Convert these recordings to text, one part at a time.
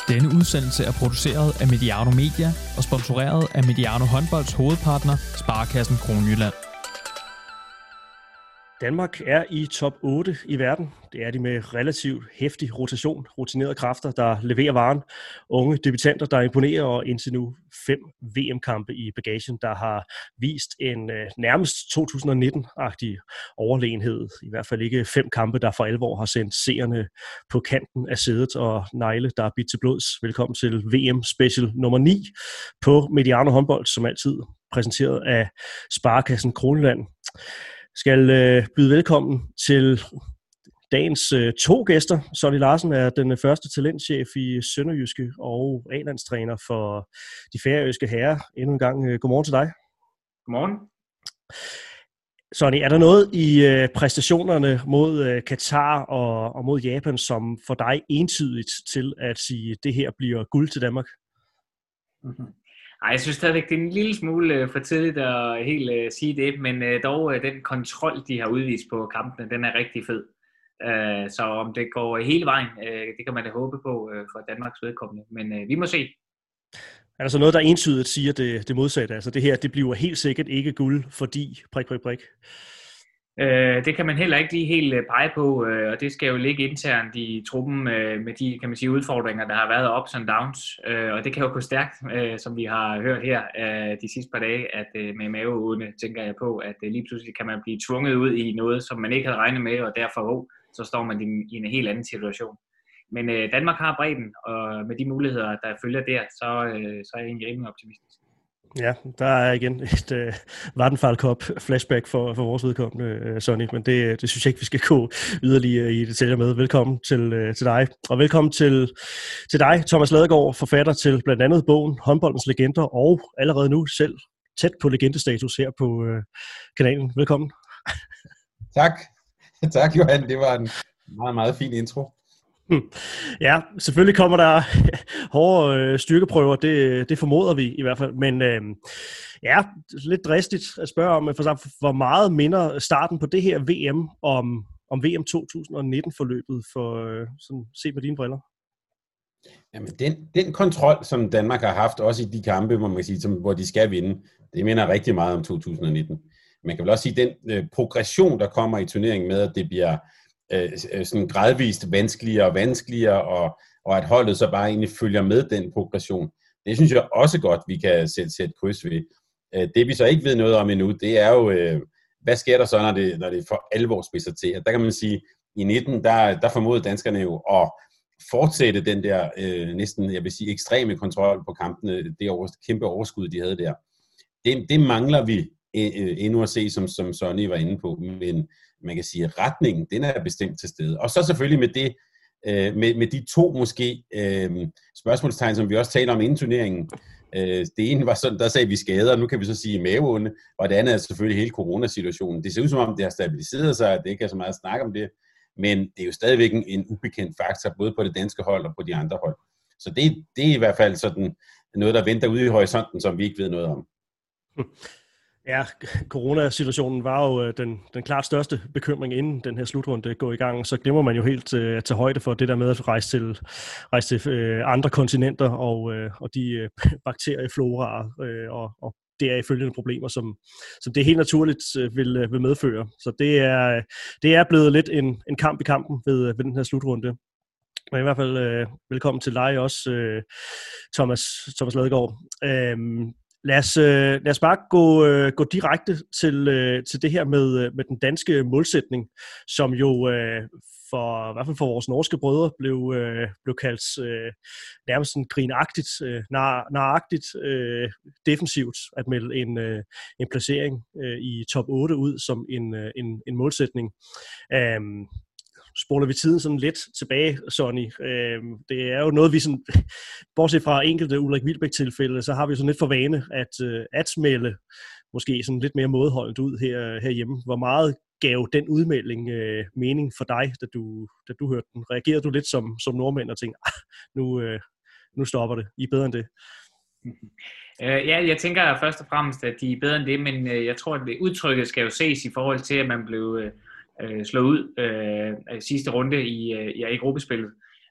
Denne udsendelse er produceret af Mediano Media og sponsoreret af Mediano Håndbolds hovedpartner, Sparekassen Kronjylland. Danmark er i top 8 i verden. Det er de med relativt heftig rotation, rutinerede kræfter, der leverer varen. Unge debutanter, der imponerer, og indtil nu 5 VM-kampe i bagagen, der har vist en nærmest 2019-agtig overlegenhed. I hvert fald ikke 5 kampe, der for alvor har sendt seerne på kanten af sædet og negle, der er bidt til blods. Velkommen til VM Special nummer 9 på Mediano Håndbold, som altid præsenteret af Sparekassen Kronjylland. Skal byde velkommen til dagens 2 gæster. Sonny Larsen er den første talentchef i Sønderjyske og A-landstræner for de færøske herrer. Endnu en gang godmorgen til dig. Godmorgen. Sonny, er der noget i præstationerne mod Katar og mod Japan, som for dig entydigt til at sige, at det her bliver guld til Danmark? Ej, jeg synes stadigvæk, det er en lille smule for tidligt at helt sige det, men dog den kontrol, de har udvist på kampene, den er rigtig fed. Så om det går hele vejen, det kan man da håbe på for Danmarks vedkommende, men vi må se. Er der så noget, der entydigt siger det modsatte? Altså det her, det bliver helt sikkert ikke guld, fordi ... Det kan man heller ikke lige helt pege på, og det skal jo ligge internt i truppen med de, kan man sige, udfordringer, der har været ups and downs, og det kan jo gå stærkt, som vi har hørt her de sidste par dage, at med maveudene tænker jeg på, at lige pludselig kan man blive tvunget ud i noget, som man ikke havde regnet med, og derfor så står man i en helt anden situation. Men Danmark har bredden, og med de muligheder, der følger der, så er jeg egentlig rimelig optimistisk. Ja, der er igen et Vattenfall Cup flashback for vores vedkommende, Sonny, men det synes jeg ikke, vi skal gå yderligere i detaljer med. Velkommen til dig, og velkommen til dig, Thomas Ladegaard, forfatter til blandt andet bogen Håndboldens Legender, og allerede nu selv tæt på legendestatus her på kanalen. Velkommen. Tak Johan, det var en meget, meget fin intro. Ja, selvfølgelig kommer der hårde styrkeprøver, det formoder vi i hvert fald, men ja, lidt dristigt at spørge om, hvor meget minder starten på det her VM om VM 2019-forløbet, for sådan se med dine briller? Jamen, den kontrol, som Danmark har haft, også i de kampe, hvor man kan sige, hvor de skal vinde, det minder rigtig meget om 2019. Man kan vel også sige, den progression, der kommer i turneringen med, at det bliver sådan gradvist vanskeligere og vanskeligere, og at holdet så bare egentlig følger med den progression. Det synes jeg også godt, vi kan sætte kryds ved. Det vi så ikke ved noget om endnu, det er jo, hvad sker der så, når det for alvor spidser til? Der kan man sige, i 19, der formodede danskerne jo at fortsætte den der næsten, jeg vil sige, ekstreme kontrol på kampene, det kæmpe overskud, de havde der. Det mangler vi endnu at se, som Sonny var inde på, men man kan sige, at retningen, den er bestemt til stede. Og så selvfølgelig med det, med de 2 måske spørgsmålstegn, som vi også taler om inden turneringen. Det ene var sådan, der sagde vi skader, og nu kan vi så sige maveonde, og det andet er selvfølgelig hele coronasituationen. Det ser ud som om, det har stabiliseret sig, at det ikke er så meget at snakke om det, men det er jo stadigvæk en ubekendt faktor, både på det danske hold og på de andre hold. Så det er i hvert fald sådan noget, der venter ude i horisonten, som vi ikke ved noget om. Ja, coronasituationen var jo den klart største bekymring, inden den her slutrunde går i gang. Så glemmer man jo helt at tage højde for det der med at rejse til andre kontinenter og de bakterieflora og deraf følgende problemer, som det helt naturligt vil medføre. Så det er blevet lidt en kamp i kampen ved den her slutrunde. Men i hvert fald velkommen til dig også, Thomas Ladegaard. Lad os bare gå direkte til det her med den danske målsætning, som jo i hvert fald for vores norske brødre blev kaldt nærmest sådan grinagtigt, naragtigt defensivt at melde en placering i top 8 ud som en målsætning. Spoler vi tiden sådan lidt tilbage, Sonny. Det er jo noget, vi sådan, bortset fra enkelte Ulrik Wilbæk-tilfælde, så har vi sådan lidt for vane at melde måske sådan lidt mere mådeholdent ud herhjemme. Hvor meget gav den udmelding mening for dig, da du hørte den? Reagerede du lidt som nordmænd og tænkte, nu stopper det, I er bedre end det? Ja, jeg tænker først og fremmest, at de er bedre end det, men jeg tror, at udtrykket skal jo ses i forhold til, at man blev slået ud sidste runde i gruppespillet.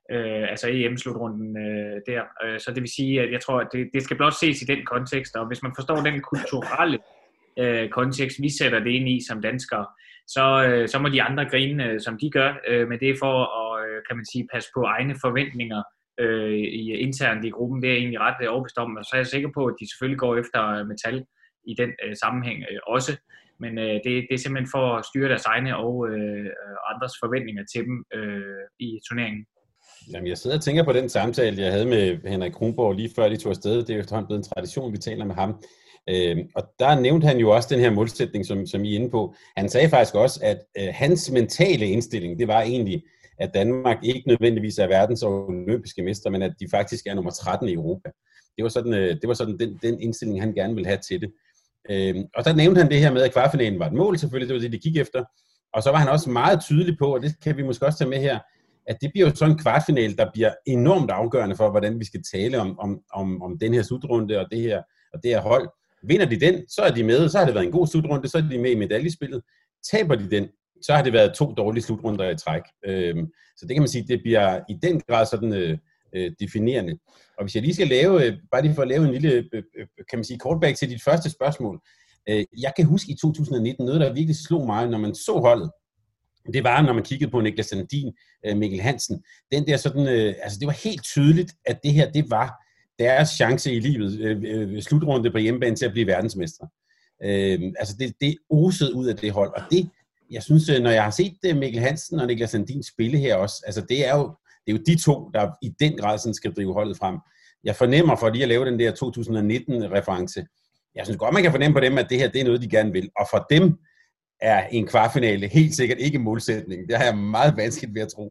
altså EM-slutrunden der. Så det vil sige, at jeg tror, at det skal blot ses i den kontekst, og hvis man forstår den kulturelle kontekst, vi sætter det ind i som danskere, så må de andre grine, som de gør, med det for at, kan man sige, passe på egne forventninger internt i gruppen. Det er jeg egentlig ret overbevist om, og så er jeg sikker på, at de selvfølgelig går efter metal i den sammenhæng også, men det er simpelthen for at styre deres egne og andres forventninger til dem i turneringen. Jamen, jeg sidder og tænker på den samtale, jeg havde med Henrik Kronborg lige før de tog afsted. Det er jo efterhånden blevet en tradition, vi taler med ham. Og der nævnte han jo også den her målsætning, som I er inde på. Han sagde faktisk også, at hans mentale indstilling, det var egentlig, at Danmark ikke nødvendigvis er verdens olympiske mester, men at de faktisk er nummer 13 i Europa. Det var sådan den indstilling, han gerne ville have til det. Og der nævnte han det her med, at kvartfinalen var et mål, selvfølgelig, det var det, de gik efter. Og så var han også meget tydelig på, og det kan vi måske også tage med her, at det bliver jo sådan en kvartfinale, der bliver enormt afgørende for, hvordan vi skal tale om den her slutrunde og det her hold. Vinder de den, så er de med, så har det været en god slutrunde, så er de med i medaljespillet. Taber de den, så har det været 2 dårlige slutrunder i træk. Så det kan man sige, det bliver i den grad sådan definerende. Og hvis jeg lige skal bare lige for at lave en lille, kan man sige, callback til dit første spørgsmål. Jeg kan huske i 2019, noget der virkelig slog mig, når man så holdet, det var, når man kiggede på Niklas Sandin, Mikkel Hansen. Den der sådan, det var helt tydeligt, at det her, det var deres chance i livet, slutrunde på hjemmebane til at blive verdensmestre. Det osede ud af det hold, og det, jeg synes, når jeg har set Mikkel Hansen og Niklas Sandin spille her også, det er jo de to, der i den grad sådan skal drive holdet frem. Jeg fornemmer for lige at lave den der 2019-reference, jeg synes godt, man kan fornemme på dem, at det her, det er noget, de gerne vil, og for dem er en kvartfinale helt sikkert ikke målsætning. Det har jeg meget vanskeligt ved at tro.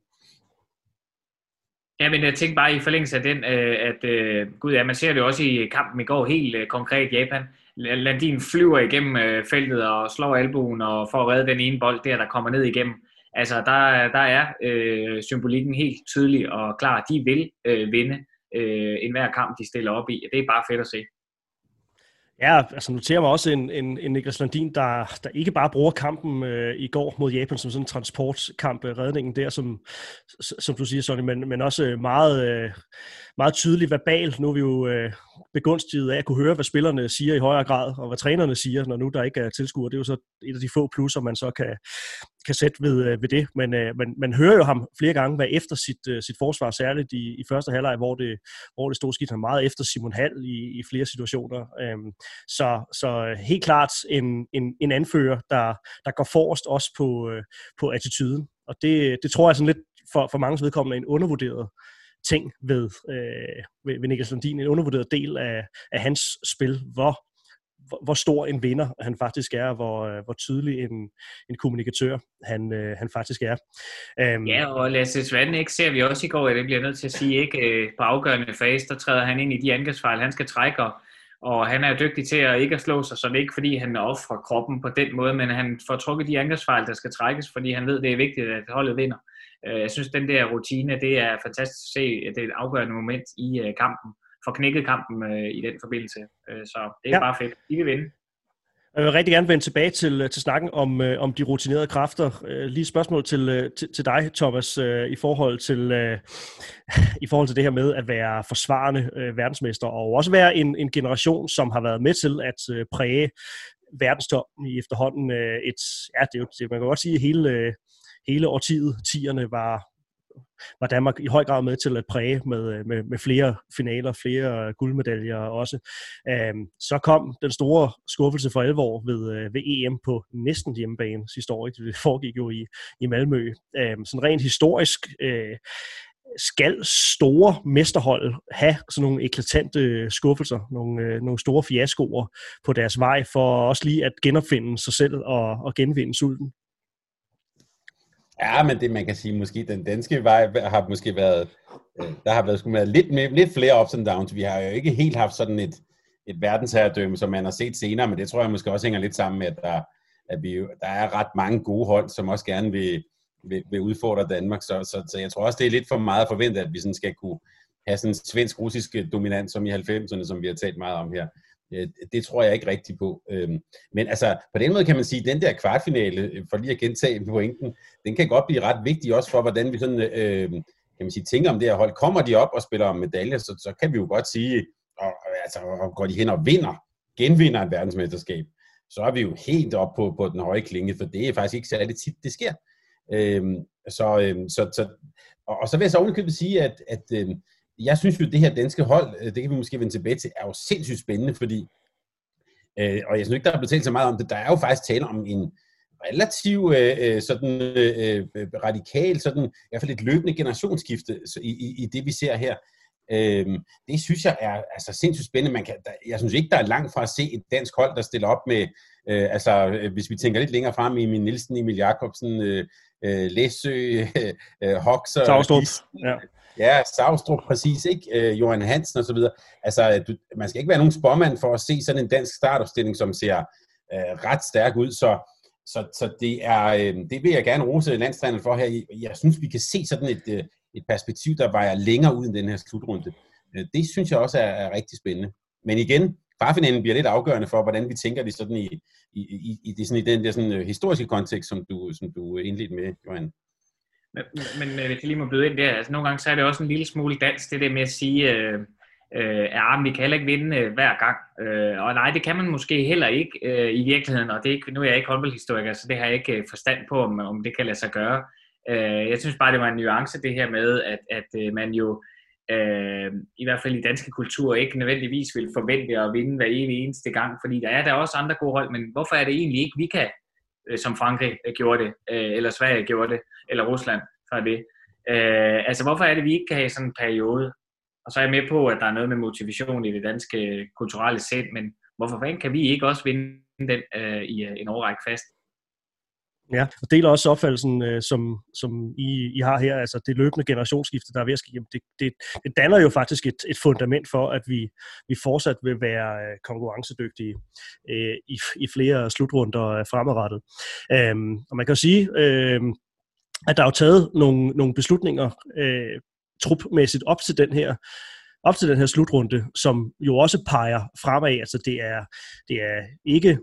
Ja, men jeg tænkte bare i forlængelse af den, man ser det også i kampen i går helt konkret Japan. Landin flyver igennem feltet og slår albuen og får at redde den ene bold der kommer ned igennem. Altså, der er symbolikken helt tydelig og klar. De vil vinde enhver kamp, de stiller op i. Det er bare fedt at se. Ja, altså noterer mig også en Niklas Landin, der ikke bare bruger kampen i går mod Japan som sådan en transportkamp, redningen der, som du siger, Sonny, men også meget tydelig verbal. Nu er vi jo begunstiget af at kunne høre, hvad spillerne siger i højere grad, og hvad trænerne siger, når nu der ikke er tilskuere. Det er jo så et af de få plusser, man så kan sætte ved det. Men man hører jo ham flere gange være efter sit forsvar, særligt i første halvleg, hvor det stod skidt. Han meget efter Simon Hall i flere situationer. Så helt klart en anfører, der går forrest også på attituden. Og det tror jeg sådan lidt for mange vedkommende en undervurderet ting ved Niklas Landin, en undervurderet del af hans spil, hvor stor en vinder han faktisk er, hvor tydelig en kommunikatør han faktisk er. Ja, og Lasse Svanæk ser vi også i går, at det bliver nødt til at sige, ikke på afgørende fase, der træder han ind i de angrebsfejl, han skal trække, og han er dygtig til at ikke slå sig, så det er ikke fordi, han offrer kroppen på den måde, men han får trukket de angrebsfejl, der skal trækkes, fordi han ved, det er vigtigt, at holdet vinder. Jeg synes, den der rutine, det er fantastisk at se, at det er et afgørende moment i kampen, for knækket kampen i den forbindelse. Så det er bare fedt. De vil vinde. Jeg vil rigtig gerne vende tilbage til snakken om de rutinerede kræfter. Lige et spørgsmål til dig, Thomas, i forhold til det her med at være forsvarende verdensmester, og også være en generation, som har været med til at præge verdenstoppen i efterhånden man kan godt sige, hele årtiet, 10'erne var Danmark i høj grad med til at præge med flere finaler, flere guldmedaljer også. Så kom den store skuffelse for alvor ved EM på næsten hjemmebane sidste år. Det foregik jo i Malmø. Sådan rent historisk skal store mesterhold have sådan nogle eklatante skuffelser, nogle store fiaskoer på deres vej, for også lige at genopfinde sig selv og genvinde sulten. Ja, men det man kan sige, måske den danske vej har måske været, der har været lidt flere ups and downs. Vi har jo ikke helt haft sådan et verdensherredømme, som man har set senere, men det tror jeg måske også hænger lidt sammen med, at der er ret mange gode hold, som også gerne vil udfordre Danmark. Så jeg tror også, det er lidt for meget at forvente, at vi sådan skal kunne have sådan en svensk-russisk dominans som i 90'erne, som vi har talt meget om her. Det tror jeg ikke rigtigt på. Men altså, på den måde kan man sige, at den der kvartfinale, for lige at gentage pointen, den kan godt blive ret vigtig også for, hvordan vi sådan kan man sige, tænker om det her hold. Kommer de op og spiller om medaljer, så kan vi jo godt sige, og går de hen og genvinder et verdensmesterskab, så er vi jo helt op på den høje klinge, for det er faktisk ikke særlig tit, det sker. Og så vil jeg så ovenikøbet sige, at jeg synes jo, det her danske hold, det kan vi måske vende tilbage til, er jo sindssygt spændende, fordi, og jeg synes ikke, der er blevet talt så meget om det, der er jo faktisk tale om en relativ radikal, sådan, i hvert fald et løbende generationsskifte i det, vi ser her. Det synes jeg er altså sindssygt spændende. Jeg synes ikke, der er langt fra at se et dansk hold, der stiller op med, hvis vi tænker lidt længere frem, Emil Nielsen, Emil Jacobsen, Læsø, Hoxer, Savstrup. Ja, Savstrup, præcis, ikke? Johan Hansen og så videre. Altså, man skal ikke være nogen spormand for at se sådan en dansk startopstilling, som ser ret stærk ud, så det vil jeg gerne rose landstræneren for her. Jeg synes, vi kan se sådan et perspektiv, der vejer længere ud end den her slutrunde. Det synes jeg også er rigtig spændende. Men igen, kvartfinalen bliver lidt afgørende for, hvordan vi tænker det sådan i den der sådan historiske kontekst, som du indledte med, Johan. Men hvis jeg lige må byde ind der, altså nogle gange så er det også en lille smule dansk, det der med at sige, vi kan heller ikke vinde hver gang. Og nej, det kan man måske heller ikke i virkeligheden, og det er ikke, nu er jeg ikke håndboldhistoriker, så det har jeg ikke forstand på, om det kan lade sig gøre. Jeg synes bare, det var en nuance det her med, at man jo i hvert fald i danske kultur ikke nødvendigvis vil forvente at vinde hver eneste gang, fordi der er også andre gode hold, men hvorfor er det egentlig ikke, vi kan, som Frankrig gjorde det, eller Sverige gjorde det, eller Rusland fra det. Altså hvorfor er det, vi ikke kan have sådan en periode? Og så er jeg med på, at der er noget med motivation i det danske kulturelle sind, men hvorfor kan vi ikke også vinde den i en årrække fast? Ja, og deler også opfattelsen, som I har her, altså det løbende generationsskifte, der er ved at ske. Det danner jo faktisk et fundament for, at vi fortsat vil være konkurrencedygtige i flere slutrunder fremadrettet. Og man kan jo sige, at der er jo taget nogle beslutninger trupmæssigt op til den her slutrunde, som jo også peger fremad. Altså det er ikke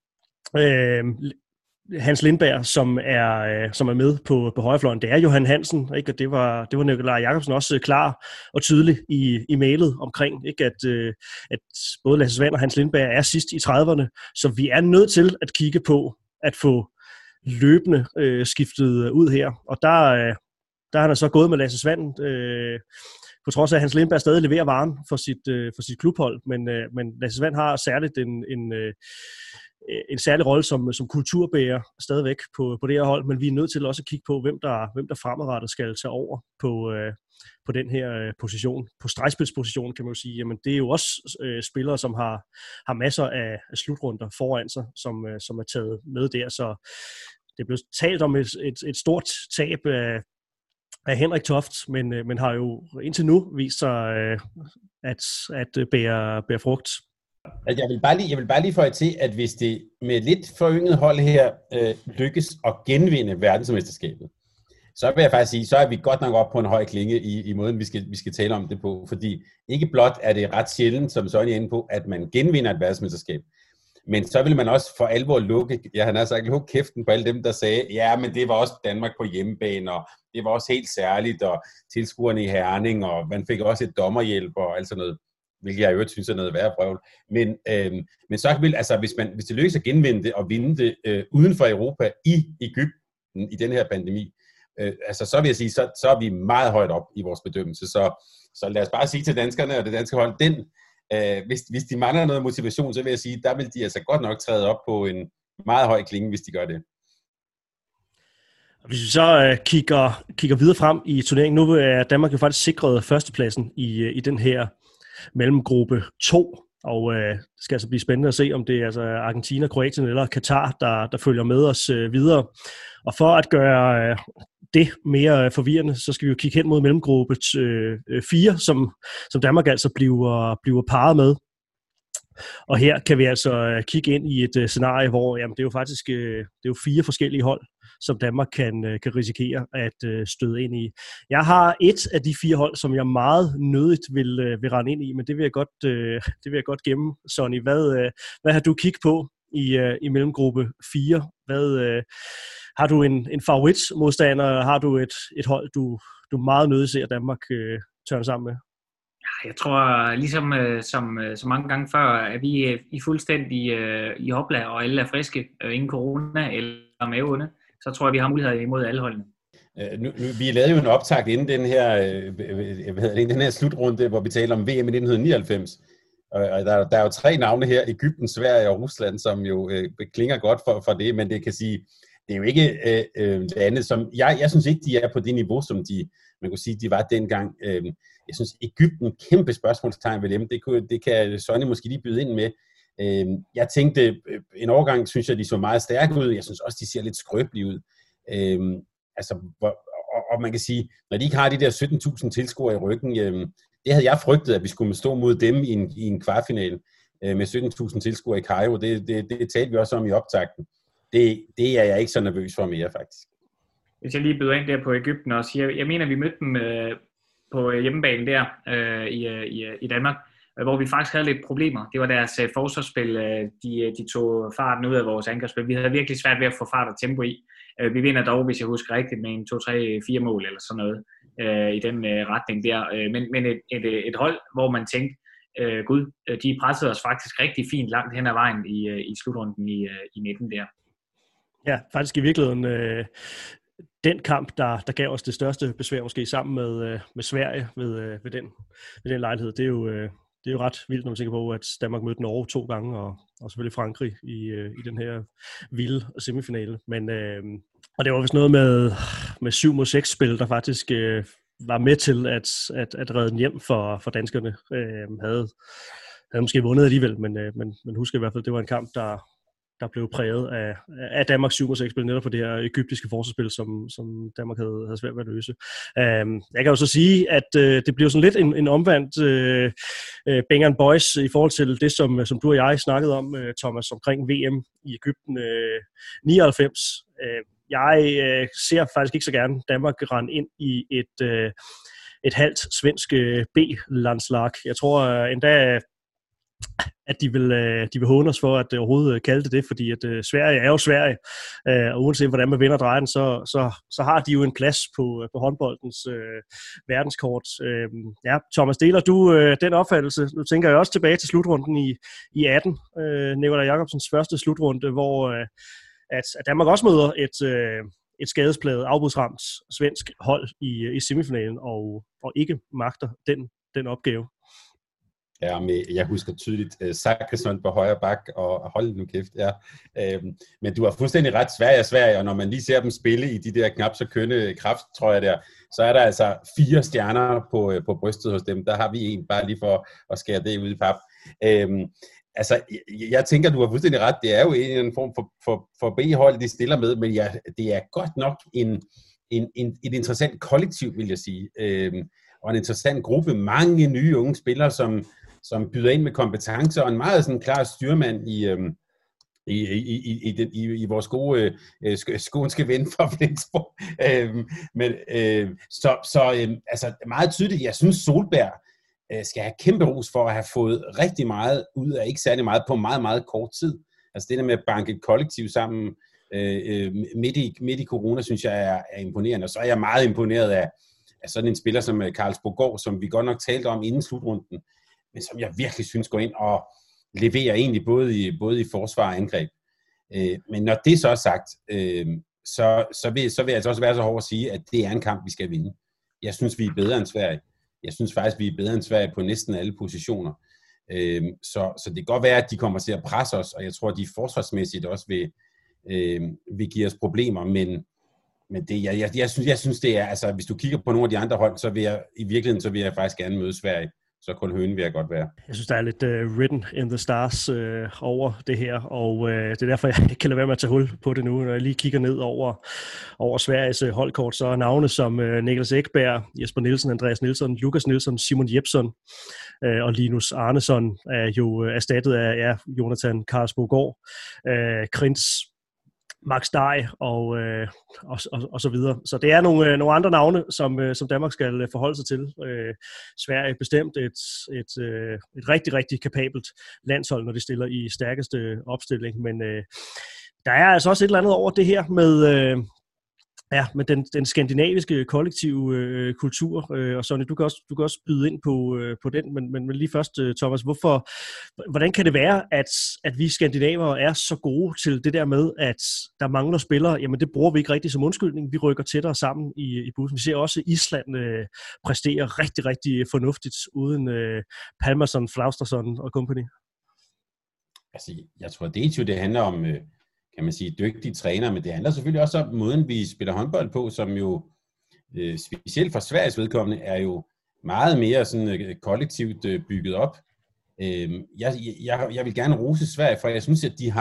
Hans Lindberg, som er med på højrefløjen. Det er Johan Hansen, ikke? Og det var Nikolaj Jacobsen også klar og tydelig i mailet omkring, ikke? At både Lasse Svand og Hans Lindberg er sidst i 30'erne, så vi er nødt til at kigge på at få løbende skiftet ud her. Og der har han så gået med Lasse Svand, på trods af at Hans Lindberg stadig leverer varen for sit klubhold, men Lasse Svand har særligt en særlig rolle som kulturbærer stadigvæk på det her hold, men vi er nødt til også at kigge på, hvem der fremadrettet skal tage over på den her position. På stregspilspositionen kan man jo sige, jamen det er jo også spillere, som har masser af slutrunder foran sig, som er taget med der, så det er blevet talt om et stort tab af Henrik Toft, men har jo indtil nu vist sig at bære frugt. Jeg vil bare lige føje til, at hvis det med lidt forynget hold her lykkes at genvinde verdensmesterskabet, så vil jeg faktisk sige, så er vi godt nok op på en høj klinge i måden, vi skal tale om det på. Fordi ikke blot er det ret sjældent, som Sonja er inde på, at man genvinder et verdensmesterskab, men så vil man også for alvor lukke kæften på alle dem, der sagde, ja, men det var også Danmark på hjemmebane, og det var også helt særligt, og tilskuerne i Herning, og man fik også et dommerhjælp og alt sådan noget, hvilket jeg i øvrigt synes er noget værre vrøvl. Men så vil, altså, hvis det lykkes at genvinde det og vinde det uden for Europa i Egypten i den her pandemi, så vil jeg sige, så er vi meget højt op i vores bedømmelse. Så lad os bare sige til danskerne og det danske hold, hvis de mangler noget motivation, så vil jeg sige, der vil de altså godt nok træde op på en meget høj klinge, hvis de gør det. Hvis vi så kigger videre frem i turneringen, nu er Danmark jo faktisk sikret førstepladsen i den her mellemgruppe 2, og det skal altså blive spændende at se, om det er altså Argentina, Kroatien eller Katar, der følger med os videre. Og for at gøre det mere forvirrende, så skal vi jo kigge hen mod mellemgruppe 4, som Danmark altså bliver parret med. Og her kan vi altså kigge ind i et scenarie, hvor det er jo faktisk det er jo 4 forskellige hold, som Danmark kan risikere at støde ind i. Jeg har et af de 4 hold, som jeg meget nødigt vil rende ind i, men det vil jeg godt gemme. Sonny, hvad har du kigget på i mellemgruppe 4. Har du en favoritmodstander? Har du et hold, du meget nødig ser Danmark tørne sammen med? Jeg tror, ligesom så mange gange før, at vi er fuldstændig i hopla, og alle er friske, ingen corona eller maveonde, så tror jeg, vi har muligheder imod alle holdene. Vi lavede jo en optakt inden den her slutrunde, hvor vi taler om VM i 1999. Og der er jo 3 navne her, Egypten, Sverige og Rusland, som jo klinger godt for det, men det kan sige, det er jo ikke lande, som... Jeg synes ikke, de er på det niveau, som man kunne sige, de var dengang. Jeg synes, Egypten, kæmpe spørgsmålstegn ved dem, det kan Sonny måske lige byde ind med. Jeg tænkte, en overgang synes jeg, de så meget stærke ud. Jeg synes også, de ser lidt skrøbelige ud. Og man kan sige, når de ikke har de der 17.000 tilskuere i ryggen, det havde jeg frygtet, at vi skulle stå mod dem i en kvartfinale med 17.000 tilskuere i Cairo. Det talte vi også om i optakten. Det er jeg ikke så nervøs for mere, faktisk. Hvis jeg lige byder ind der på Egypten også, jeg mener, vi mødte dem på hjemmebanen der i Danmark, hvor vi faktisk havde lidt problemer. Det var deres forsvarsspil, de tog farten ud af vores angrebsspil. Vi havde virkelig svært ved at få fart og tempo i. Vi vinder dog, hvis jeg husker rigtigt, med en 2-3-4 mål eller sådan noget i den retning der. Men et hold, hvor man tænkte, gud, de pressede os faktisk rigtig fint langt hen ad vejen i slutrunden i midten der. Ja, faktisk i virkeligheden den kamp, der gav os det største besvær måske sammen med Sverige ved den lejlighed. Det er jo ret vildt, når man tænker på, at Danmark mødte Norge 2 gange, og selvfølgelig Frankrig i den her vilde semifinale. Men, og det var vist noget med 7-6-spil, der faktisk var med til at redde den hjem for danskerne. Havde måske vundet alligevel, men husker i hvert fald, det var en kamp, der blev præget af Danmarks 7-6-spil, netop på det her egyptiske forsvarsspil, som Danmark havde svært ved at løse. Jeg kan jo så sige, at det bliver sådan lidt en omvendt Bang & Boys i forhold til det, som du og jeg snakkede om, Thomas, omkring VM i Egypten 99. Jeg ser faktisk ikke så gerne Danmark rende ind i et halvt svensk B-landslag. Jeg tror endda, at de vil håne os for at overhovedet kalde det, fordi at Sverige er jo Sverige, og uanset hvordan man vinder og drejer den, så har de jo en plads på håndboldens verdenskort. Ja, Thomas, deler du den opfattelse? Nu tænker jeg også tilbage til slutrunden i 18, Nikolaj Jakobsens første slutrunde, hvor at Danmark også møder et skadesplaget, afbudsramt svensk hold i semifinalen, og ikke magter den opgave. Ja, jeg husker tydeligt Zachrisson på højre bak, og hold nu kæft, ja. Men du har fuldstændig ret, Sverige, og når man lige ser dem spille i de der knap så kønne krafttrøjer der, så er der altså 4 stjerner på brystet hos dem. Der har vi en, bare lige for at skære det ud i pap. Altså, jeg tænker, du har fuldstændig ret, det er jo en form for B-hold, de stiller med, men ja, det er godt nok et interessant kollektiv, vil jeg sige, og en interessant gruppe, mange nye unge spillere, som byder ind med kompetencer, og en meget sådan klar styrmand i vores gode skånske ven fra Flensborg. Altså meget tydeligt, jeg synes Solberg skal have kæmpe ros for at have fået rigtig meget ud af ikke særlig meget på meget, meget kort tid. Altså det der med at banke et kollektiv sammen midt i corona, synes jeg er imponerende. Og så er jeg meget imponeret af sådan en spiller som Karls Bogård, som vi godt nok talte om inden slutrunden, men som jeg virkelig synes går ind og leverer egentlig både i forsvar og angreb. Men når det så er sagt, så vil jeg altså også være så hård at sige, at det er en kamp, vi skal vinde. Jeg synes, vi er bedre end Sverige. Jeg synes faktisk, vi er bedre end Sverige på næsten alle positioner. Så det kan godt være, at de kommer til at presse os, og jeg tror, at de forsvarsmæssigt også vil give os problemer, men det, jeg synes, det er, altså hvis du kigger på nogle af de andre hold, så vil jeg faktisk gerne møde Sverige. Så kun hønen vil jeg godt være. Jeg synes, der er lidt written in the stars over det her, og det er derfor, jeg ikke kan lade være med at tage hul på det nu. Når jeg lige kigger ned over Sveriges holdkort, så er navne som Niklas Ekberg, Jesper Nielsen, Andreas Nielsen, Lukas Nielsen, Simon Jepsen og Linus Arneson er jo erstattet af Jonathan Karlsbogård, Krins Max Dej og så videre. Så det er nogle andre navne, som Danmark skal forholde sig til. Sverige er bestemt et rigtig, rigtig kapabelt landshold, når de stiller i stærkeste opstilling, men der er altså også et eller andet over det her med den skandinaviske kollektive kultur, og Sonny, du kan også byde ind på den, men lige først, Thomas, hvordan kan det være, at vi skandinavere er så gode til det der med, at der mangler spillere? Jamen, det bruger vi ikke rigtig som undskyldning. Vi rykker tættere sammen i bussen. Vi ser også, at Island præsterer rigtig, rigtig fornuftigt uden Palmarsson, Flaustason og company. Altså, jeg tror, det handler om kan man sige, dygtige træner, men det handler selvfølgelig også om måden, vi spiller håndbold på, som jo specielt for Sveriges vedkommende er jo meget mere sådan kollektivt bygget op. Jeg vil gerne rose Sverige, for jeg synes, at de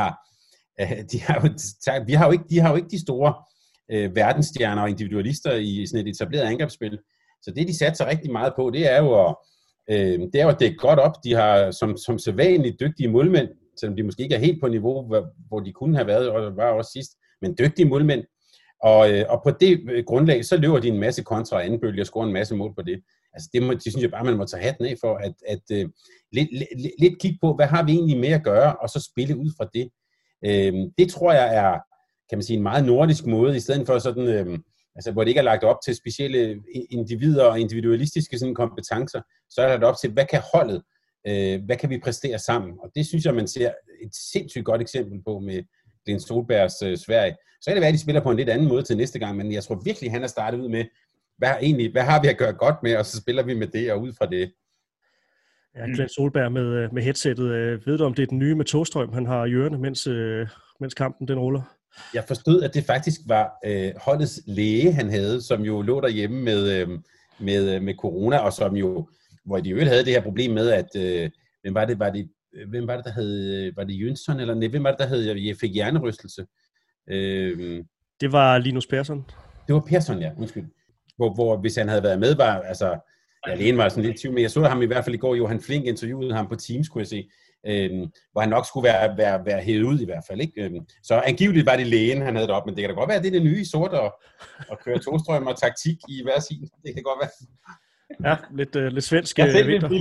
har jo ikke de store verdensstjerner og individualister i sådan et etableret angrebsspil. Så det, de satser rigtig meget på, det er jo at dække godt op. De har som sædvanligt dygtige målmænd, selvom de måske ikke er helt på niveau, hvor de kunne have været, og var også sidst, men dygtige målmænd. Og på det grundlag, så løber de en masse kontra og anden bølge og scorer en masse mål på det. Altså det synes jeg bare, man må tage hatten af for, at lidt kigge på, hvad har vi egentlig med at gøre, og så spille ud fra det. Det tror jeg er, kan man sige, en meget nordisk måde, i stedet for sådan, altså hvor det ikke er lagt op til specielle individer og individualistiske sådan kompetencer, så er der lagt op til, hvad kan holdet, hvad kan vi præstere sammen? Og det synes jeg, man ser et sindssygt godt eksempel på med Glenn Solbergs Sverige. Så kan det være, at de spiller på en lidt anden måde til næste gang, men jeg tror virkelig, han har startet ud med, hvad har vi at gøre godt med, og så spiller vi med det, og ud fra det. Ja, Glenn Solberg med headsettet. Ved du, om det er den nye med Thåstrøm, han har i ørerne, mens kampen den ruller? Jeg forstod, at det faktisk var holdets læge, han havde, som jo lå derhjemme med corona, og som jo, hvor de jo havde det her problem med, at hvem var det, der havde, var det Jønsson, eller nej, hvem var det, der havde, jeg fik hjernerystelse? Det var Linus Persson. Det var Persson, ja, undskyld. Hvor hvis han havde været med, var, altså, alene var sådan lidt tvivl, men jeg så ham i hvert fald i går, Johan Flink interviewede ham på Teams, kunne jeg se, hvor han nok skulle være hævet ud i hvert fald, ikke? Så angiveligt var det lægen, han havde det op, men det kan da godt være, at det er det nye i sort og køre Thåstrøm og taktik i hver sin. Det kan godt være. Ja, lidt svensk vinter.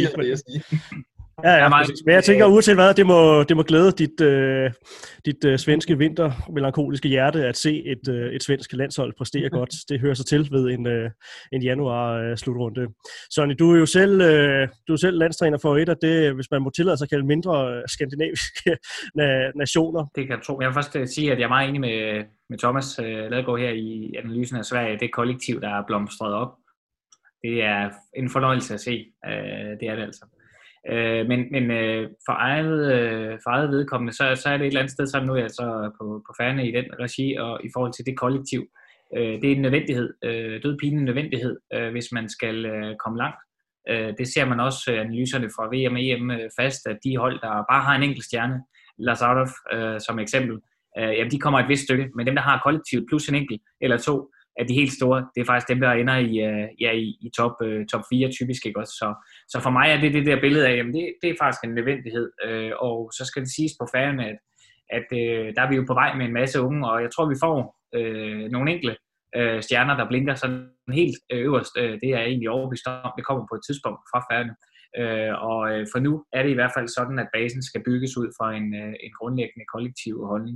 Ja, men jeg tænker uanset hvad, det må glæde dit svenske vintermelankoliske hjerte at se et svensk landshold præstere godt. Det hører sig til ved en januar slutrunde. Sonny, du er jo selv landstræner for et af det, hvis man må tillade sig at kalde mindre skandinaviske nationer. Det kan jeg tro. Jeg vil først sige, at jeg er meget enig med Thomas Ladegaard her i analysen af Sverige. Det kollektiv, der er blomstret op. Det er en fornøjelse at se. Det er det altså. Men for eget vedkommende, så er det et eller andet sted, så nu er jeg så på Færøerne i den regi, og i forhold til det kollektiv. Det er en nødvendighed, dødpinende nødvendighed, hvis man skal komme langt. Det ser man også analyserne fra VM og EM fast, at de hold, der bare har en enkelt stjerne, Lazarov som eksempel, jamen de kommer et vist stykke, men dem, der har kollektivet plus en enkelt eller to, af de helt store, det er faktisk dem, der ender i top 4 typisk, ikke også? Så for mig er det der billede af, jamen det er faktisk en nødvendighed, og så skal det siges på Færøerne, at der er vi jo på vej med en masse unge, og jeg tror, vi får nogle enkle stjerner, der blinker sådan helt øverst. Det er jeg egentlig overbevist om, det kommer på et tidspunkt fra Færøerne. Og for nu er det i hvert fald sådan, at basen skal bygges ud fra en grundlæggende kollektiv holdning.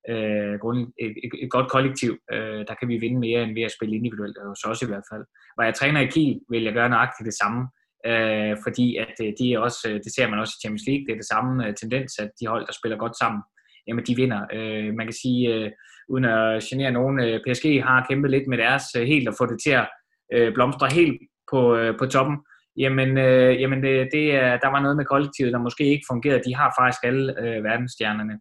Et godt kollektiv, der kan vi vinde mere end ved at spille individuelt, og så også i hvert fald. Hvor jeg træner i Kiel, vil jeg gøre nøjagtigt det samme, fordi at de er også, det ser man også i Champions League, det er det samme tendens, at de hold, der spiller godt sammen, jamen de vinder. Man kan sige, uden at genere nogen, PSG har kæmpet lidt med deres helt at få det til at blomstre helt på toppen. Jamen der var noget med kollektivet, der måske ikke fungerede. De har faktisk alle verdensstjernerne.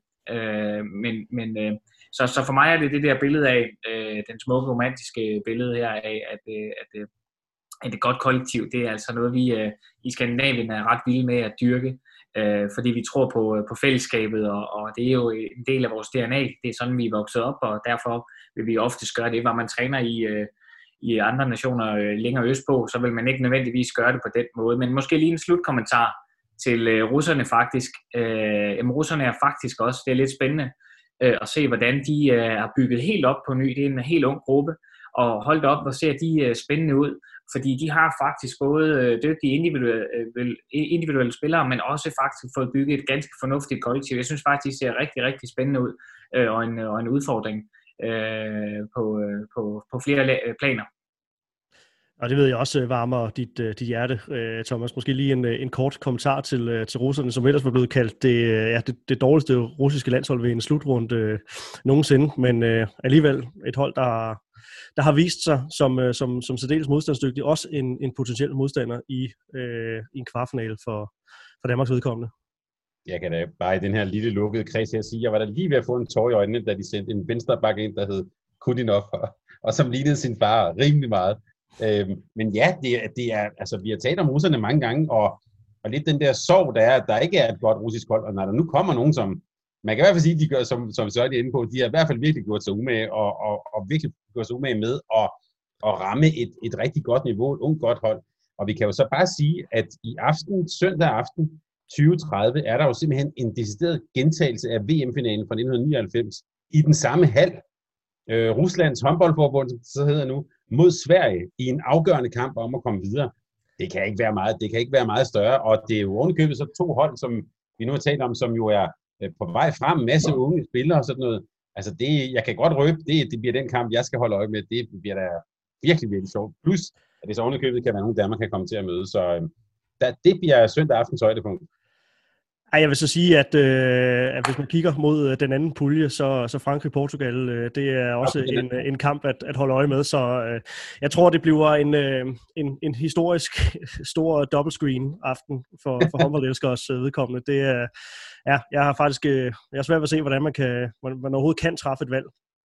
Så for mig er det der billede af den smukke romantiske billede her af at et godt kollektiv, det er altså noget vi i Skandinavien er ret vilde med at dyrke, fordi vi tror på fællesskabet, og det er jo en del af vores DNA. Det er sådan vi er vokset op, og derfor vil vi oftest gøre det, hvor man træner i andre nationer længere østpå, så vil man ikke nødvendigvis gøre det på den måde, men måske lige en slutkommentar til russerne faktisk. Russerne er faktisk også, det er lidt spændende, og se, hvordan de er bygget helt op på ny. Det er en helt ung gruppe, og holdt op, hvor ser de spændende ud, fordi de har faktisk både dygtige individuelle spillere, men også faktisk fået bygget et ganske fornuftigt kollektiv. Jeg synes faktisk, det ser rigtig, rigtig spændende ud, og en udfordring på flere planer. Og det ved jeg også varmer dit hjerte, Thomas. Måske lige en kort kommentar til russerne, som ellers var blevet kaldt det dårligste russiske landshold ved en slutrunde nogensinde, men alligevel et hold, der har vist sig som særdeles modstandsdygtig, også en potentiel modstander i en kvartfinale for Danmarks vedkommende. Jeg kan da bare i den her lille lukkede kreds her sige, jeg var da lige ved at få en tår i øjnene, da de sendte en venstreback ind, der hed Kudinov, og som lignede sin far rimelig meget. Men ja, det er, altså vi har talt om russerne mange gange, og lidt den der sorg, der ikke er et godt russisk hold, og når der nu kommer nogen, som man kan i hvert fald sige, de gør, som så er de inde på, de har i hvert fald virkelig gjort sig umage, og virkelig gjort sig umage med at ramme et rigtig godt niveau, et ungt godt hold. Og vi kan jo så bare sige, at i aften, søndag aften 2030, er der jo simpelthen en decideret gentagelse af VM-finalen fra 1999 i den samme hal. Ruslands håndboldforbund, så hedder nu, mod Sverige i en afgørende kamp om at komme videre. Det kan ikke være meget større, og det er jo ovenikøbet så to hold, som vi nu har talt om, som jo er på vej frem, masse unge spillere og sådan noget. Altså jeg kan godt røbe, det bliver den kamp, jeg skal holde øje med. Det bliver da virkelig, virkelig sjovt. Plus, at det så ovenikøbet kan være nogen, Danmark kan komme til at møde. Så det bliver søndag aftens højdepunkt. Ej, jeg vil så sige, at hvis man kigger mod den anden pulje, så Frankrig-Portugal, det er også en kamp at holde øje med. Så jeg tror, det bliver en historisk stor dobbeltscreen aften for håndboldelskers vedkommende. Det er, jeg har svært ved at se, hvordan man overhovedet kan træffe et valg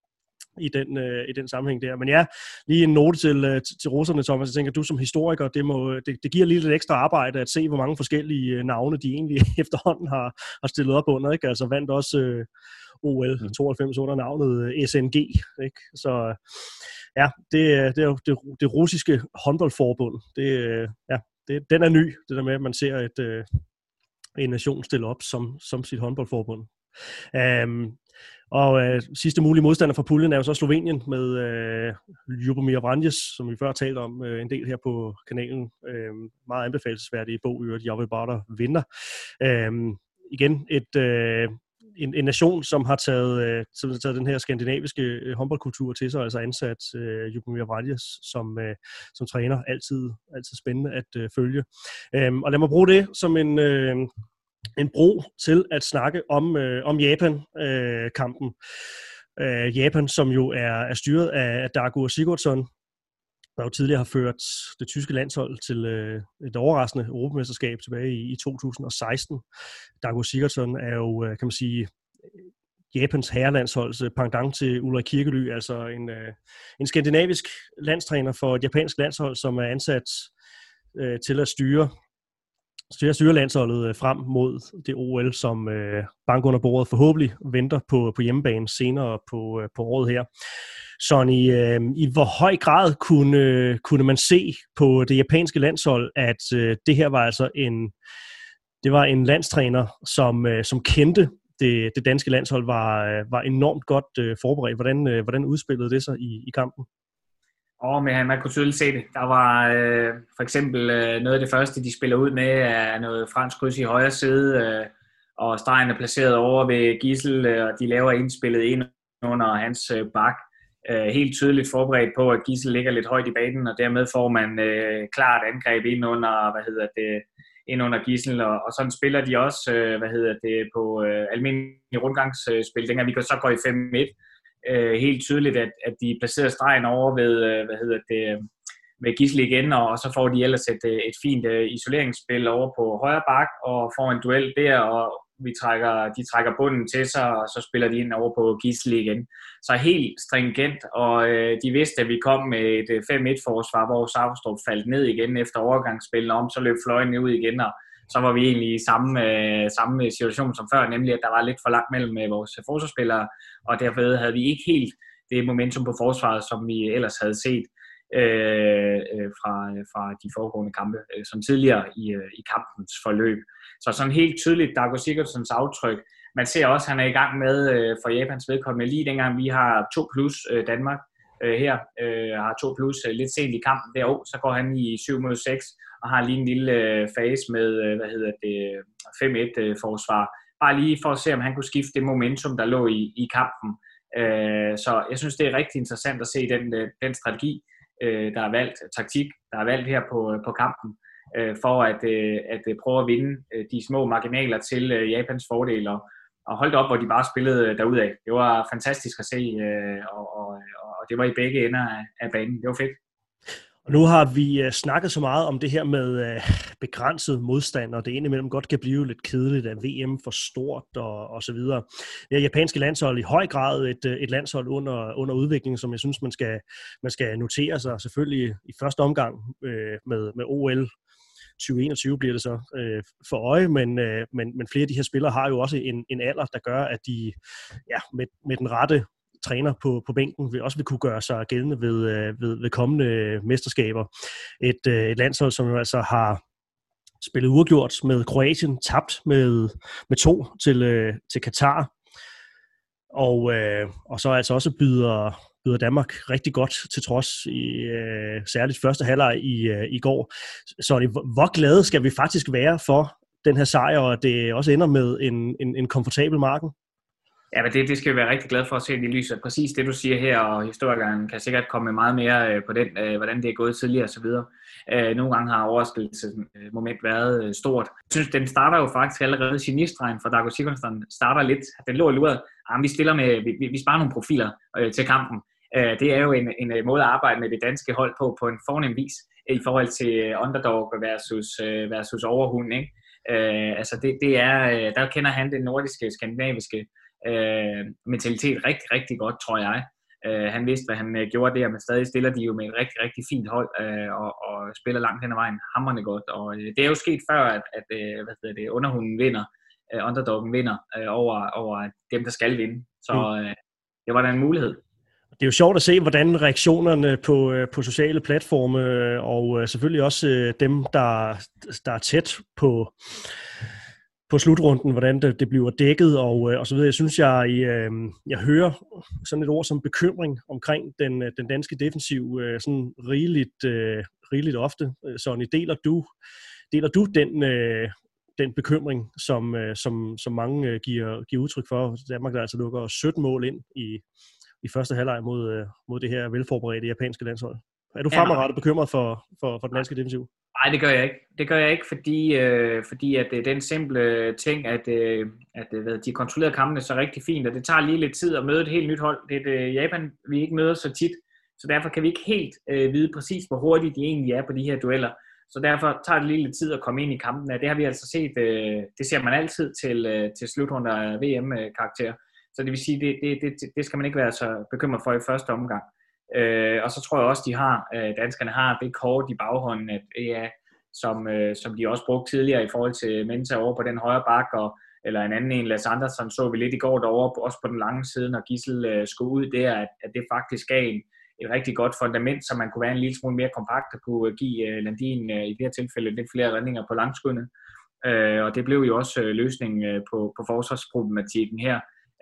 i den sammenhæng der. Men ja, lige en note til russerne, Thomas. Jeg tænker, du som historiker, det giver lige lidt ekstra arbejde at se, hvor mange forskellige navne de egentlig efterhånden har stillet op under. Ikke? Altså vandt også OL 92 under navnet SNG. Ikke? Så ja, det er jo det russiske håndboldforbund. Den er ny, det der med, at man ser en nation stille op som sit håndboldforbund. Og sidste mulige modstander for puljen er jo så Slovenien med Ljubomir Vranjes, som vi før talte om en del her på kanalen. Meget anbefalesværdige bog, Jeg vil bare vinder. Igen en nation, som har taget den her skandinaviske håndboldkultur til sig, altså ansat Ljubomir Vranjes som træner. Altid spændende at følge. Og lad mig bruge det som en bro til at snakke om Japan-kampen. Japan, som jo er styret af Dagur Sigurdsson, der jo tidligere har ført det tyske landshold til et overraskende europamesterskab tilbage i 2016. Dagur Sigurdsson er jo, kan man sige, Japans herrelandsholds pendant til Ulrik Kirkely, altså en skandinavisk landstræner for et japansk landshold, som er ansat til at styre landsholdet frem mod det OL, som bank under bordet forhåbentlig venter på hjemmebane senere på året her. Så i hvor høj grad kunne man se på det japanske landshold, at det her var altså en landstræner, som kendte det danske landshold, var enormt godt forberedt. Hvordan udspillede det sig i kampen? Men man kunne tydeligt se det. Der var for eksempel noget af det første, de spiller ud med, er noget fransk kryds i højre side, og stregen er placeret over ved Gissel, og de laver indspillet ind under hans bak. Helt tydeligt forberedt på, at Gissel ligger lidt højt i banen, og dermed får man klart angreb ind under Gissel, og sådan spiller de også, på almindelig rundgangsspil. Dengang vi så går i 5-1. Helt tydeligt, at de placerer stregen over ved Gissel igen, og så får de ellers et fint isoleringsspil over på højre bak, og får en duel der, og de trækker bunden til sig, og så spiller de ind over på Gissel igen. Så helt stringent, og de vidste, at vi kom med et 5-1-forsvar, hvor Savstrup faldt ned igen efter overgangsspillene om, så løb fløjene ud igen, og så var vi egentlig i samme situation som før, nemlig at der var lidt for langt mellem vores forsvarsspillere, og derfor havde vi ikke helt det momentum på forsvaret, som vi ellers havde set fra de foregående kampe, som tidligere i kampens forløb. Så sådan helt tydeligt, Dagur Sigurdssons aftryk, man ser også, at han er i gang med for Japans vedkommende, lige dengang vi har 2+ Danmark her, har 2+, lidt sent i kampen der, så går han i 7-6 og har lige en lille fase med, 5-1 forsvar. Bare lige for at se, om han kunne skifte det momentum, der lå i kampen. Så jeg synes, det er rigtig interessant at se den strategi, der er valgt, taktik, der er valgt her på kampen, for at prøve at vinde de små marginaler til Japans fordel, og holdt op, hvor de bare spillede derudad. Det var fantastisk at se, og det var i begge ender af banen. Det var fedt. Og nu har vi snakket så meget om det her med begrænset modstand, og det indimellem godt kan blive lidt kedeligt, at VM for stort og så videre. Det japanske landshold i høj grad et landshold under udvikling, som jeg synes, man skal notere sig. Selvfølgelig i første omgang med OL 2021 bliver det så for øje, men flere af de her spillere har jo også en alder, der gør, at de med den rette træner på bænken også vil kunne gøre sig gældende ved kommende mesterskaber. Et landshold, som jo altså har spillet uafgjort med Kroatien, tabt med 2 til Katar, og så altså også byder Danmark rigtig godt til trods i særligt første halvleg i går. Så hvor glade skal vi faktisk være for den her sejr, og at det også ender med en komfortabel marken? Ja, men det skal vi være rigtig glade for at se i lyset. Præcis det, du siger her, og historikeren kan sikkert komme meget mere på den, hvordan det er gået tidligere osv. Nogle gange har overraskelsesmoment været stort. Jeg synes, den starter jo faktisk allerede genistregen for Darko Sigurdsson starter lidt. Den lå luret. Vi sparer nogle profiler til kampen. Det er jo en måde at arbejde med det danske hold på en fornem vis i forhold til underdog versus overhund, ikke? Det er, der kender han den nordiske, skandinaviske mentalitet rigtig, rigtig godt, tror jeg. Han vidste, hvad han gjorde der, men stadig stiller de jo med et rigtig, rigtig fint hold og spiller langt hen ad vejen hamrende godt. Og det er jo sket før, at underhunden vinder, underdoggen vinder over dem, der skal vinde. Så det var da en mulighed. Det er jo sjovt at se, hvordan reaktionerne på sociale platforme, og selvfølgelig også dem, der er tæt på slutrunden, hvordan det bliver dækket og så videre. Jeg synes, jeg hører sådan et ord som bekymring omkring den danske defensiv sådan rigeligt ofte. Sonny, deler du den bekymring, som mange giver udtryk for? Danmark der altså lukker 17 mål ind i første halvleg mod det her velforberedte japanske landshold. Er du fremadrettet bekymret for den danske defensiv? Nej, det gør jeg ikke. Det gør jeg ikke, fordi at den simple ting, at de kontrollerede kampene så rigtig fint, og det tager lige lidt tid at møde et helt nyt hold. Det er et Japan, vi ikke møder så tit, så derfor kan vi ikke helt vide præcis, hvor hurtigt de egentlig er på de her dueller. Så derfor tager det lige lidt tid at komme ind i kampen. Det har vi altså set, det ser man altid til slutrunder af VM-karakter. Så det vil sige, det skal man ikke være så bekymret for i første omgang. Og så tror jeg også, danskerne har det kort i baghånden, at som de også brugte tidligere i forhold til Mensa over på den højre bak, eller en anden en, Lars Andersen, så vi lidt i går derovre, også på den lange side, når Gissel skulle ud der, at det faktisk gav et rigtig godt fundament, så man kunne være en lille smule mere kompakt og kunne give Landin i det her tilfælde lidt flere redninger på langskuddene. Og det blev jo også løsningen på forsvarsproblematikken her,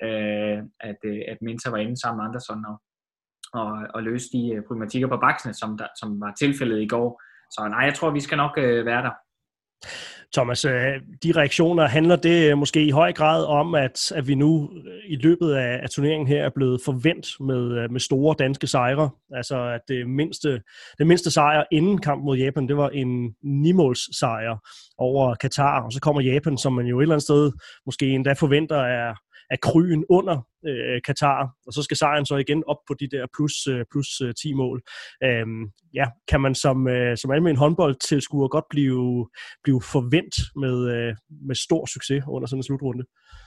at Mensa var inde sammen med Andersen og løse de problematikker på baksene, som var tilfældet i går. Så nej, jeg tror, vi skal nok være der. Thomas, de reaktioner, handler det måske i høj grad om, at vi nu i løbet af turneringen her er blevet forvent med store danske sejre? Altså, at den mindste sejr inden kampen mod Japan, det var en 9-måls sejr over Katar, og så kommer Japan, som man jo et eller andet sted måske endda forventer er kryen under Katar, og så skal sejren så igen op på de der plus 10 mål. Kan man som almindelig håndboldtilskuer godt blive forvent med stor succes under sådan en slutrunde?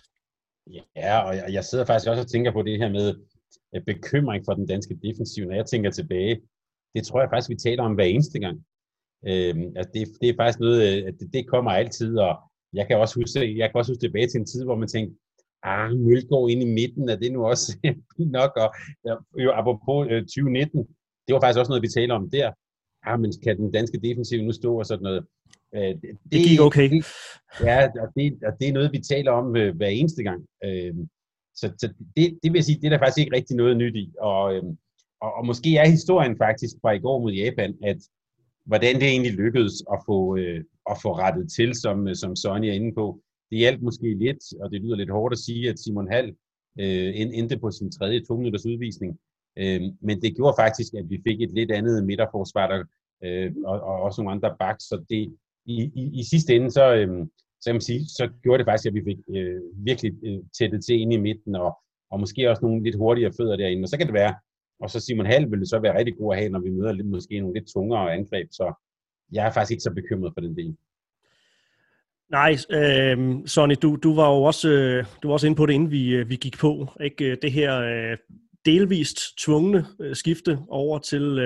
Ja, og jeg sidder faktisk også og tænker på det her med bekymring for den danske defensiv. Når jeg tænker tilbage, det tror jeg faktisk, vi taler om hver eneste gang. Det er faktisk noget, det kommer altid, og jeg kan også huske tilbage til en tid, hvor man tænkte, Mølgaard inde i midten, er det nu også nok? Og jo, apropos 2019, det var faktisk også noget, vi taler om der. Men kan den danske defensiv nu stå og sådan noget? Det gik okay. Det er noget, vi taler om hver eneste gang. Så det vil jeg sige, det er der faktisk ikke rigtig noget nyt i. Og måske er historien faktisk fra i går mod Japan, at hvordan det egentlig lykkedes at få rettet til, som Sonny er inde på. Det hjalp måske lidt, og det lyder lidt hårdt at sige, at Simon Hall endte på sin 3. 2-minutters udvisning. Men det gjorde faktisk, at vi fik et lidt andet midterforsvar, og også nogle andre backs. Så det, i sidste ende, så kan man sige, så gjorde det faktisk, at vi fik virkelig tættet til ind i midten, og måske også nogle lidt hurtigere fødder derinde. Og så kan det være, og så Simon Hall vil det så være rigtig god at have, når vi møder måske nogle lidt tungere angreb. Så jeg er faktisk ikke så bekymret for den del. Nej, Sonny, du var jo også inde på det, inden vi gik på, ikke? Det her delvist tvungne skifte over til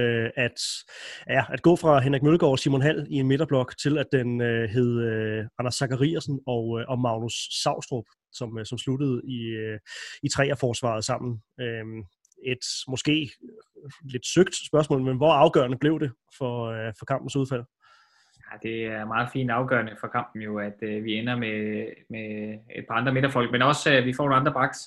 at gå fra Henrik Mølgaard og Simon Hall i en midterblok til, at den hed Anders Zachariasen og Magnus Saustrup, som sluttede i treerforsvaret sammen. Et måske lidt søgt spørgsmål, men hvor afgørende blev det for kampens udfald? Ja, det er meget fint afgørende for kampen jo, at vi ender med et par andre midterfolk, men også at vi får nogle andre backs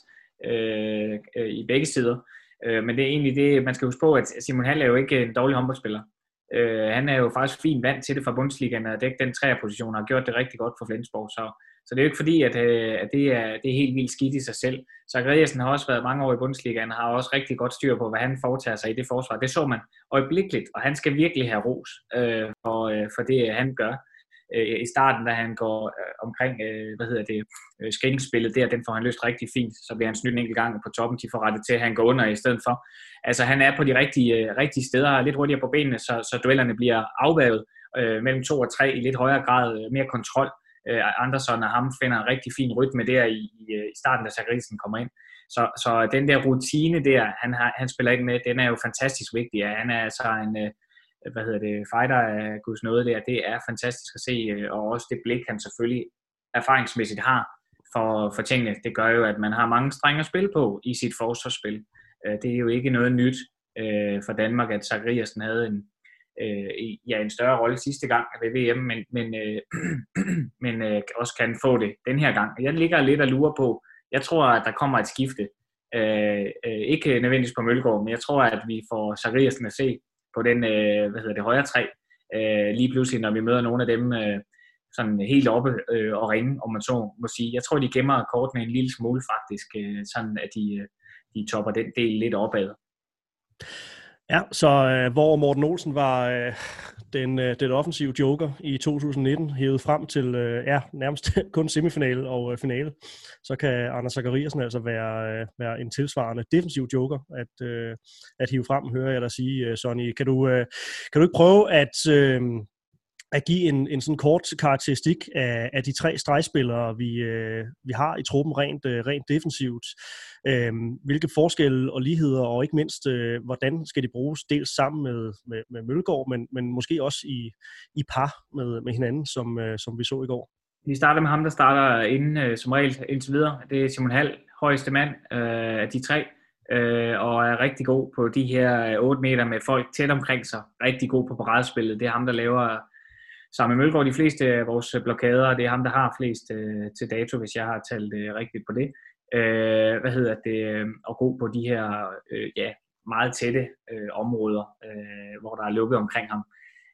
i begge sider. Men det er egentlig det, man skal huske på, at Simon Hall er jo ikke en dårlig håndboldspiller. Han er jo faktisk fint vant til det fra Bundesligaen, og dække den træerposition og har gjort det rigtig godt for Flensborg. Så det er jo ikke fordi, at det er helt vildt skidt i sig selv. Zachariasen har også været mange år i Bundesligaen, og har også rigtig godt styr på, hvad han foretager sig i det forsvar. Det så man øjeblikkeligt, og han skal virkelig have ros for det, han gør. I starten, da han går omkring, screeningsspillet der, den får han løst rigtig fint. Så bliver han snydt en enkelt gang på toppen, de får rettet til, at han går under i stedet for. Altså, han er på de rigtige steder, lidt hurtigere på benene, så duellerne bliver afværget mellem 2 og 3 i lidt højere grad, mere kontrol. Andersson og ham finder en rigtig fin rytme der i starten, da Zachariasen kommer ind. Så den der rutine der, han spiller ind med, den er jo fantastisk vigtig. Ja, han er altså en fighter af Guds nåde der. Det er fantastisk at se, og også det blik, han selvfølgelig erfaringsmæssigt har for tingene. Det gør jo, at man har mange strenge at spille på i sit forsvarsspil. Det er jo ikke noget nyt for Danmark, at Zachariasen havde en større rolle sidste gang ved VM, men også kan få det den her gang. Jeg ligger lidt og lurer på, jeg tror, at der kommer et skifte. Ikke nødvendigvis på Mølgaard, men jeg tror, at vi får Zachariasen at se på den højre træ, lige pludselig, når vi møder nogle af dem sådan helt oppe og ringe, om man så må sige. Jeg tror, de gemmer kortene en lille smule faktisk, sådan at de topper den del lidt opad. Ja, så hvor Morten Olsen var den offensive joker i 2019, hævet frem til nærmest kun semifinale og finale, så kan Anders Zachariasen altså være en tilsvarende defensiv joker at hive frem, hører jeg dig sige, Sonny. Kan du ikke prøve at give en sådan kort karakteristik af de 3 stregspillere, vi har i truppen rent defensivt? Hvilke forskelle og ligheder, og ikke mindst, hvordan skal de bruges dels sammen med Mølgaard, men måske også i par med hinanden, som vi så i går? Vi starter med ham, der starter inden som regel indtil videre. Det er Simon Hall, højeste mand af de 3, og er rigtig god på de her 8 meter med folk tæt omkring sig. Rigtig god på paradespillet. Det er ham, der laver sammen med Mølgaard de fleste af vores blokader. Det er ham, der har flest til dato, hvis jeg har talt rigtigt på det. Og god på de her meget tætte områder, hvor der er lukket omkring ham.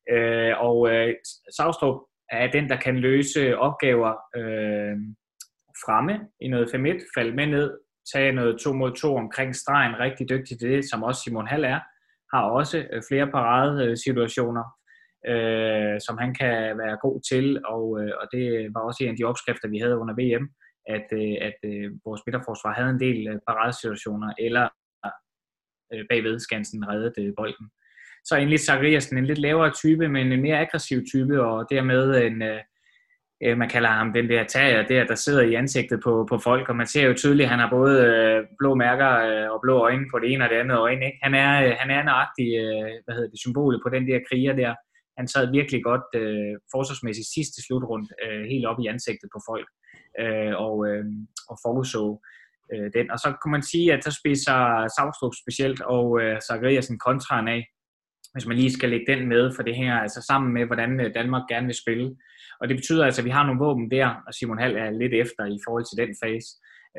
Saustrup er den, der kan løse opgaver fremme i noget 5-1, falde med ned, tage noget 2 mod 2 omkring stregen, rigtig dygtig til det, som også Simon Hall er, har også flere paradesituationer, som han kan være god til, og det var også en af de opskrifter, vi havde under VM, at vores midterforsvar havde en del paradesituationer, eller bagved Skansen reddede bolden. Så endelig Zachariasen, en lidt lavere type, men en mere aggressiv type, og dermed man kalder ham den der tager, der sidder i ansigtet på folk, og man ser jo tydeligt, at han har både blå mærker og blå øjne på det ene og det andet øjne. Ikke? Han er nøjagtig symbolet på den der kriger der. Han sad virkelig godt forsvarsmæssigt sidste slutrund helt op i ansigtet på folk og forudså den. Og så kunne man sige, at så spiser Saustrup specielt og Zachariasen kontraen af. hvis man lige skal lægge den med, for det hænger altså sammen med, hvordan Danmark gerne vil spille. Og det betyder altså, at vi har nogle våben der, og Simon Hald er lidt efter i forhold til den fase.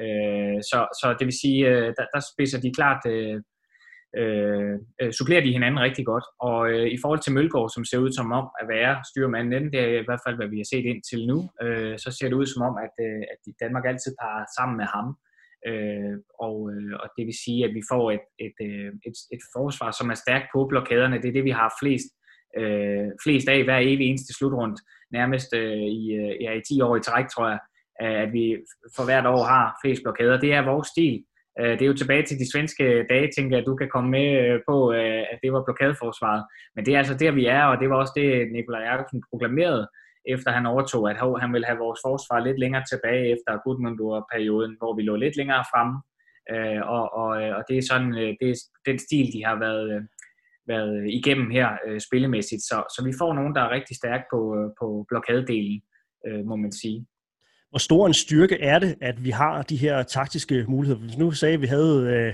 Så det vil sige, der spidser de klart, supplerer de hinanden rigtig godt. Og i forhold til Mølgaard, som ser ud som om at være styrmanden, det er i hvert fald, hvad vi har set indtil nu, så ser det ud som om, at Danmark altid parer sammen med ham. Og det vil sige, at vi får et forsvar, som er stærkt på blokaderne. Det er det, vi har flest af hver evig eneste slutrund, nærmest i 10 år i træk, tror jeg, at vi for hvert år har flest blokader. Det er vores stil. Det er jo tilbage til de svenske dage, tænker jeg, at du kan komme med på, at det var blokadeforsvaret. Men det er altså der, vi er, og det var også det, Nikolaj Jakobsen proklamerede, efter han overtog, at han ville have vores forsvar lidt længere tilbage efter Gudmundur-perioden, hvor vi lå lidt længere fremme. Og det er sådan, det er den stil, de har været igennem her spillemæssigt. Så vi får nogen, der er rigtig stærke på blokadedelen, må man sige. Hvor stor en styrke er det, at vi har de her taktiske muligheder? Hvis nu sagde, at vi havde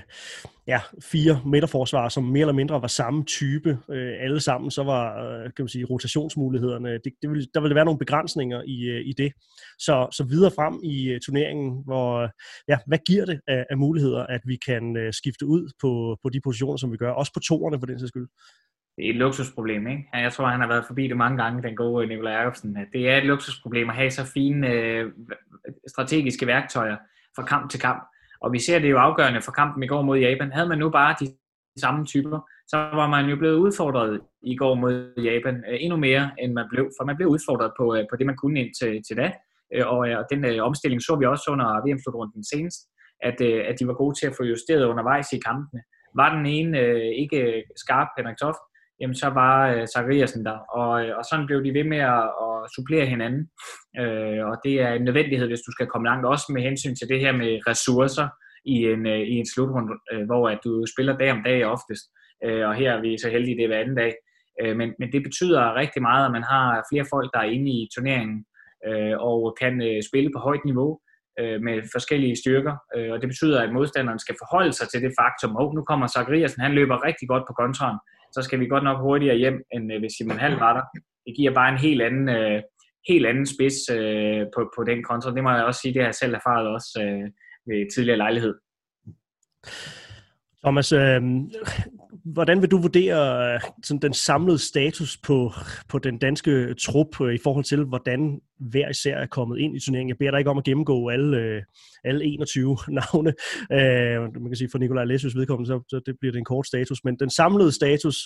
4 midterforsvar, som mere eller mindre var samme type alle sammen, så var kan man sige, rotationsmulighederne, der ville være nogle begrænsninger i det. Så videre frem i turneringen, hvor, hvad giver det af muligheder, at vi kan skifte ud på de positioner, som vi gør, også på toerne for den sags skyld? Det er et luksusproblem, ikke? Jeg tror, han har været forbi det mange gange, den gode Nikolaj Jakobsen. Det er et luksusproblem at have så fine strategiske værktøjer fra kamp til kamp. Og vi ser det jo afgørende for kampen i går mod Japan. Havde man nu bare de samme typer, så var man jo blevet udfordret i går mod Japan endnu mere, end man blev. For man blev udfordret på det, man kunne indtil da. Og den omstilling så vi også under VM-slutrunden senest, at de var gode til at få justeret undervejs i kampene. Var den ene ikke skarp, Henrik Toft, jamen så var Zachariasen der, og sådan blev de ved med at supplere hinanden, og det er en nødvendighed, hvis du skal komme langt, også med hensyn til det her med ressourcer i en slutrunde, hvor at du spiller dag om dag oftest, og her er vi så heldige, det er hver anden dag, men det betyder rigtig meget, at man har flere folk, der er inde i turneringen, og kan spille på højt niveau, med forskellige styrker, og det betyder, at modstanderen skal forholde sig til det faktum, nu kommer Zachariasen, han løber rigtig godt på kontraen, så skal vi godt nok hurtigere hjem, end hvis Simon Hald var der. Det giver bare en helt anden spids på den kontra. Det må jeg også sige, det har jeg selv erfaret også ved tidligere lejlighed. Thomas, hvordan vil du vurdere sådan, den samlede status på den danske trup i forhold til, hvordan hver især er kommet ind i turneringen? Jeg beder dig ikke om at gennemgå alle 21 navne. Man kan sige, for Nikolaj Læsøs vedkommende, så det bliver det en kort status. Men den samlede status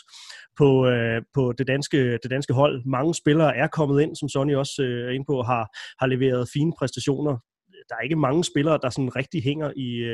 på det danske hold. Mange spillere er kommet ind, som Sonny også er inde på, har leveret fine præstationer. Der er ikke mange spillere, der sådan rigtig hænger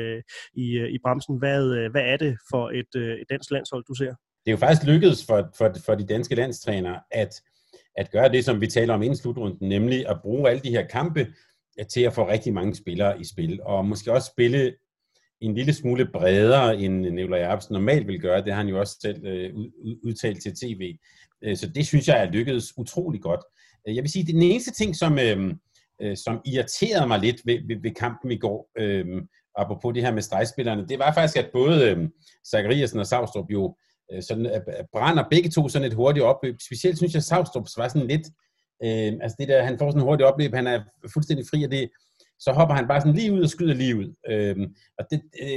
i bremsen. Hvad er det for et dansk landshold, du ser? Det er jo faktisk lykkedes for de danske landstrænere at gøre det, som vi taler om inden slutrunden, nemlig at bruge alle de her kampe til at få rigtig mange spillere i spil, og måske også spille en lille smule bredere, end Nikolaj Jakobsen normalt vil gøre. Det har han jo også selv udtalt til tv. Så det synes jeg er lykkedes utrolig godt. Jeg vil sige, at den eneste ting, som irriterede mig lidt ved kampen i går, apropos det her med stregspillerne, det var faktisk, at både Zachariasen og Savstrup jo sådan brænder begge to sådan et hurtigt opløb. Specielt synes jeg, at Savstrup var sådan lidt, altså det der, han får sådan et hurtigt opløb, han er fuldstændig fri af det, så hopper han bare sådan lige ud og skyder lige ud. Og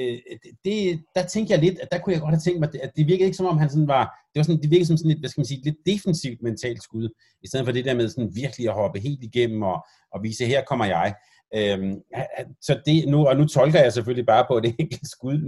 der tænkte jeg lidt, at der kunne jeg godt have tænkt mig, at det virkede ikke som om han sådan var, det virkede som sådan et, hvad skal man sige, lidt defensivt mentalt skud, i stedet for det der med sådan virkelig at hoppe helt igennem og vise, her kommer jeg. Så det nu tolker jeg selvfølgelig bare på det enkelt skud,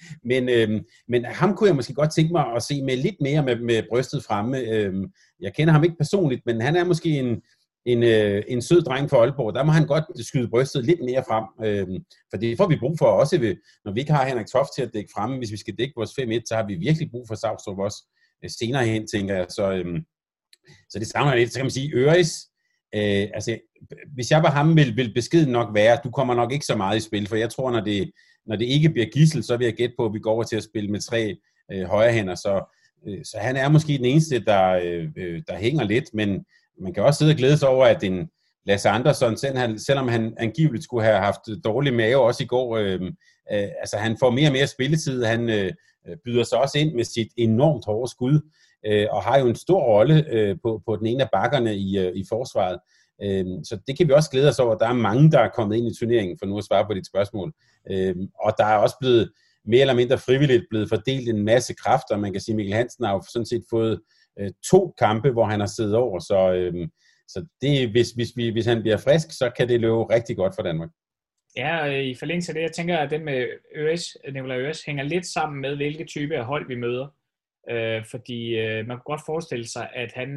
men ham kunne jeg måske godt tænke mig at se med lidt mere med brystet fremme. Jeg kender ham ikke personligt, men han er måske en sød dreng fra Aalborg. Der må han godt skyde brystet lidt mere frem, for det får vi brug for også, når vi ikke har Henrik Toft til at dække fremme. Hvis vi skal dække vores 5-1, så har vi virkelig brug for Savstrup også senere hen, tænker jeg. Så det savner jeg lidt. Så kan man sige, Øris, altså, hvis jeg var ham, vil beskeden nok være, du kommer nok ikke så meget i spil, for jeg tror, når det ikke bliver Gidsel, så vil jeg gætte på, at vi går over til at spille med 3 højrehænder. Så han er måske den eneste, der hænger lidt, men man kan også sidde og glæde sig over, at en Lasse Andersson, selvom han angiveligt skulle have haft dårlig mave også i går, Altså han får mere og mere spilletid, han byder sig også ind med sit enormt hårde skud, og har jo en stor rolle på den ene af bakkerne i forsvaret. Så det kan vi også glæde os over. Der er mange, der er kommet ind i turneringen, for nu at svare på dit spørgsmål. Og der er også blevet mere eller mindre frivilligt blevet fordelt en masse kræfter. Man kan sige, at Mikkel Hansen har jo sådan set fået 2 kampe, hvor han har siddet over. Så det, hvis han bliver frisk, så kan det løbe rigtig godt for Danmark. Ja, og i forlængelse af det, jeg tænker, at den med Nikolaj Øres hænger lidt sammen med, hvilke type af hold vi møder. Fordi man kan godt forestille sig, at han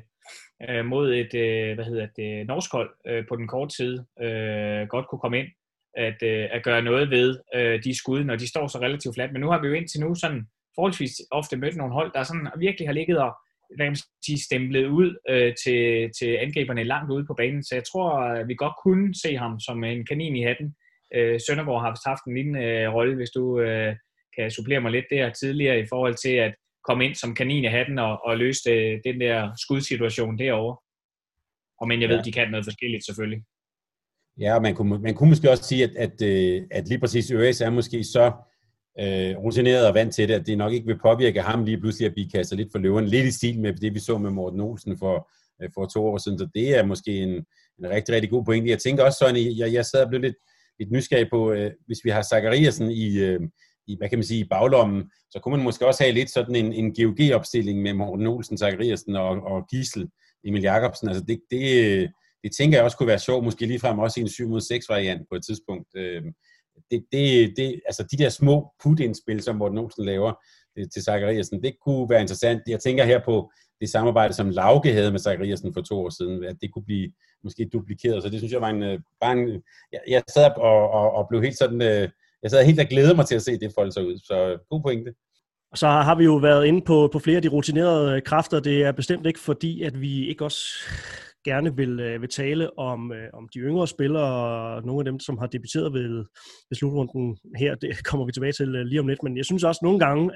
mod et norsk hold på den korte side godt kunne komme ind at gøre noget ved de skud, når de står så relativt fladt. Men nu har vi jo indtil nu sådan forholdsvis ofte mødt nogle hold, der sådan virkelig har ligget og stemplet ud til angriberne langt ude på banen. Så jeg tror, at vi godt kunne se ham som en kanin i hatten. Søndergaard har haft en lignende rolle, hvis du kan supplere mig lidt der tidligere i forhold til at komme ind som kanin i hatten og løse den der skudsituation derovre. Og men jeg ved, de kan noget forskelligt selvfølgelig. Ja, og man kunne måske også sige, at lige præcis Øres er måske så rutineret og vant til det, at det nok ikke vil påvirke ham lige pludselig at blive kastet lidt for løveren. Lidt i stil med det, vi så med Morten Olsen for 2 år siden. Så det er måske en rigtig, rigtig god pointe. Jeg tænker også sådan, jeg sad og blev lidt nysgerrig på, hvis vi har Zachariasen i hvad kan man sige, i baglommen, så kunne man måske også have lidt sådan en GOG-opstilling med Morten Olsen, Zachariasen og Gisel, Emil Jacobsen. Altså det tænker jeg også kunne være sjovt, måske ligefrem også i en 7-mod-6 variant på et tidspunkt. Altså de der små put-indspil, som Morten Olsen laver til Zachariasen, det kunne være interessant. Jeg tænker her på det samarbejde, som Lauke havde med Zachariasen for 2 år siden, at det kunne blive måske duplikeret. Så det synes jeg var jeg sad og blev helt sådan, jeg sad helt og glæder mig til at se det folde sig ud. Så god pointe. Og så har vi jo været inde på flere af de rutinerede kræfter. Det er bestemt ikke fordi, at vi ikke også gerne vil tale om de yngre spillere og nogle af dem, som har debuteret ved slutrunden her. Det kommer vi tilbage til lige om lidt. Men jeg synes også nogle gange,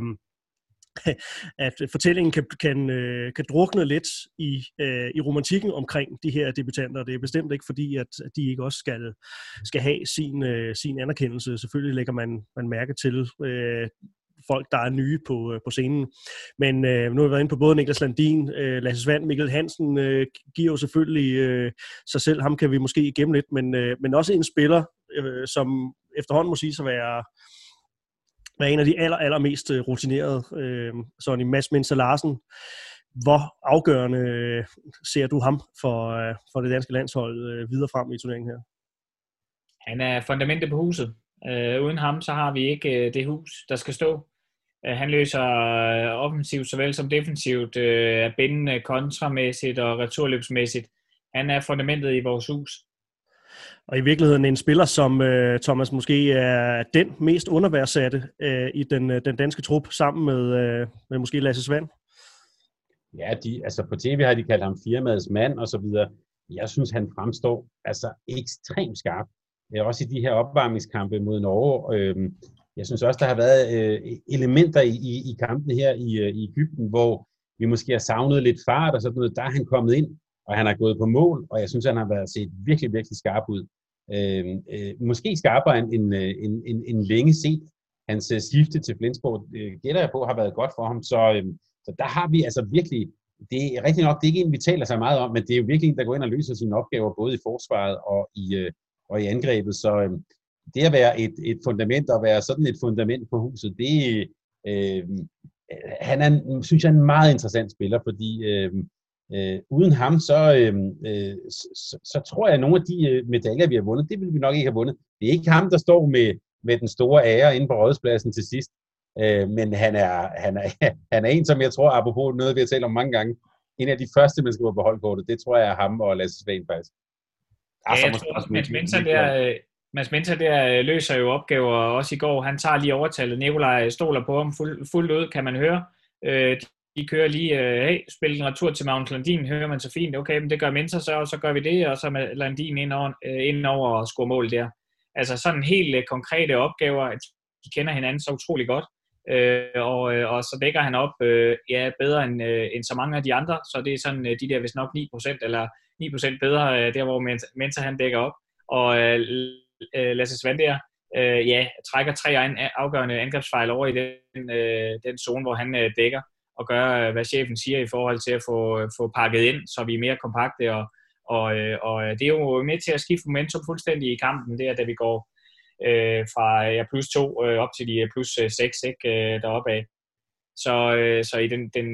at fortællingen kan drukne lidt i romantikken omkring de her debutanter. Det er bestemt ikke fordi, at de ikke også skal have sin anerkendelse. Selvfølgelig lægger man mærke til folk, der er nye på scenen. Men nu har vi været inde på både Niklas Landin, Lasse Svand, Mikkel Hansen giver jo selvfølgelig sig selv. Ham kan vi måske igennem lidt, men også en spiller, som efterhånden må sige at være en af de allermest rutinerede. Sådan i Mads Mensah Larsen. Hvor afgørende ser du ham for det danske landshold videre frem i turneringen her? Han er fundamentet på huset. Uden ham, så har vi ikke det hus, der skal stå. Han løser offensivt såvel som defensivt, er bindende kontramæssigt og returløbsmæssigt. Han er fundamentet i vores hus. Og i virkeligheden en spiller, som Thomas måske er den mest underværdsatte i den danske trup, sammen med måske Lasse Svand. Ja, altså på TV har de kaldt ham firmaets mand og så videre. Jeg synes, han fremstår altså ekstremt skarp. Også i de her opvarmningskampe mod Norge. Jeg synes også, der har været elementer i kampen her i Egypten, hvor vi måske har savnet lidt fart og sådan noget. Der er han kommet ind, og han har gået på mål, og jeg synes, han har været set virkelig, virkelig skarp ud. Måske skarpere end længe set. Hans skifte til Flensborg, gætter jeg på, har været godt for ham. Så der har vi altså virkelig, det er rigtig nok, det er ikke en, vi taler så meget om, men det er jo virkelig en, der går ind og løser sine opgaver, både i forsvaret og i angrebet. Så det at være et fundament, og være sådan et fundament på huset, han er, synes jeg, en meget interessant spiller, fordi uden ham, så tror jeg, at nogle af de medaljer, vi har vundet, det ville vi nok ikke have vundet. Det er ikke ham, der står med den store ære inde på Rådhuspladsen til sidst, men han er en, som jeg tror, apropos noget, vi har talt om mange gange, en af de første, man skal på holdkortet, det tror jeg er ham og Lasse Svand faktisk. Ja, jeg tror, Mads Mensah der løser jo opgaver også i går. Han tager lige overtallet. Nikolaj stoler på ham fuldt ud, kan man høre. De kører lige, hey, spil en retur til Magnus Landin, hører man så fint. Okay, men det gør Mensah så, og så gør vi det, og så med Landin ind over og score mål der. Altså sådan helt konkrete opgaver, de kender hinanden så utrolig godt. Og så dækker han op bedre end så mange af de andre. Så det er sådan de der, hvis nok 9% eller 9% bedre, der hvor Mensah han dækker op. Og Lasse Svand der, trækker 3 afgørende angrebsfejl over i den zone, hvor han dækker, og gør, hvad chefen siger i forhold til at få pakket ind, så vi er mere kompakte, og det er jo med til at skifte momentum fuldstændig i kampen, der, da vi går fra plus 2 op til de plus 6 deroppe af. Så i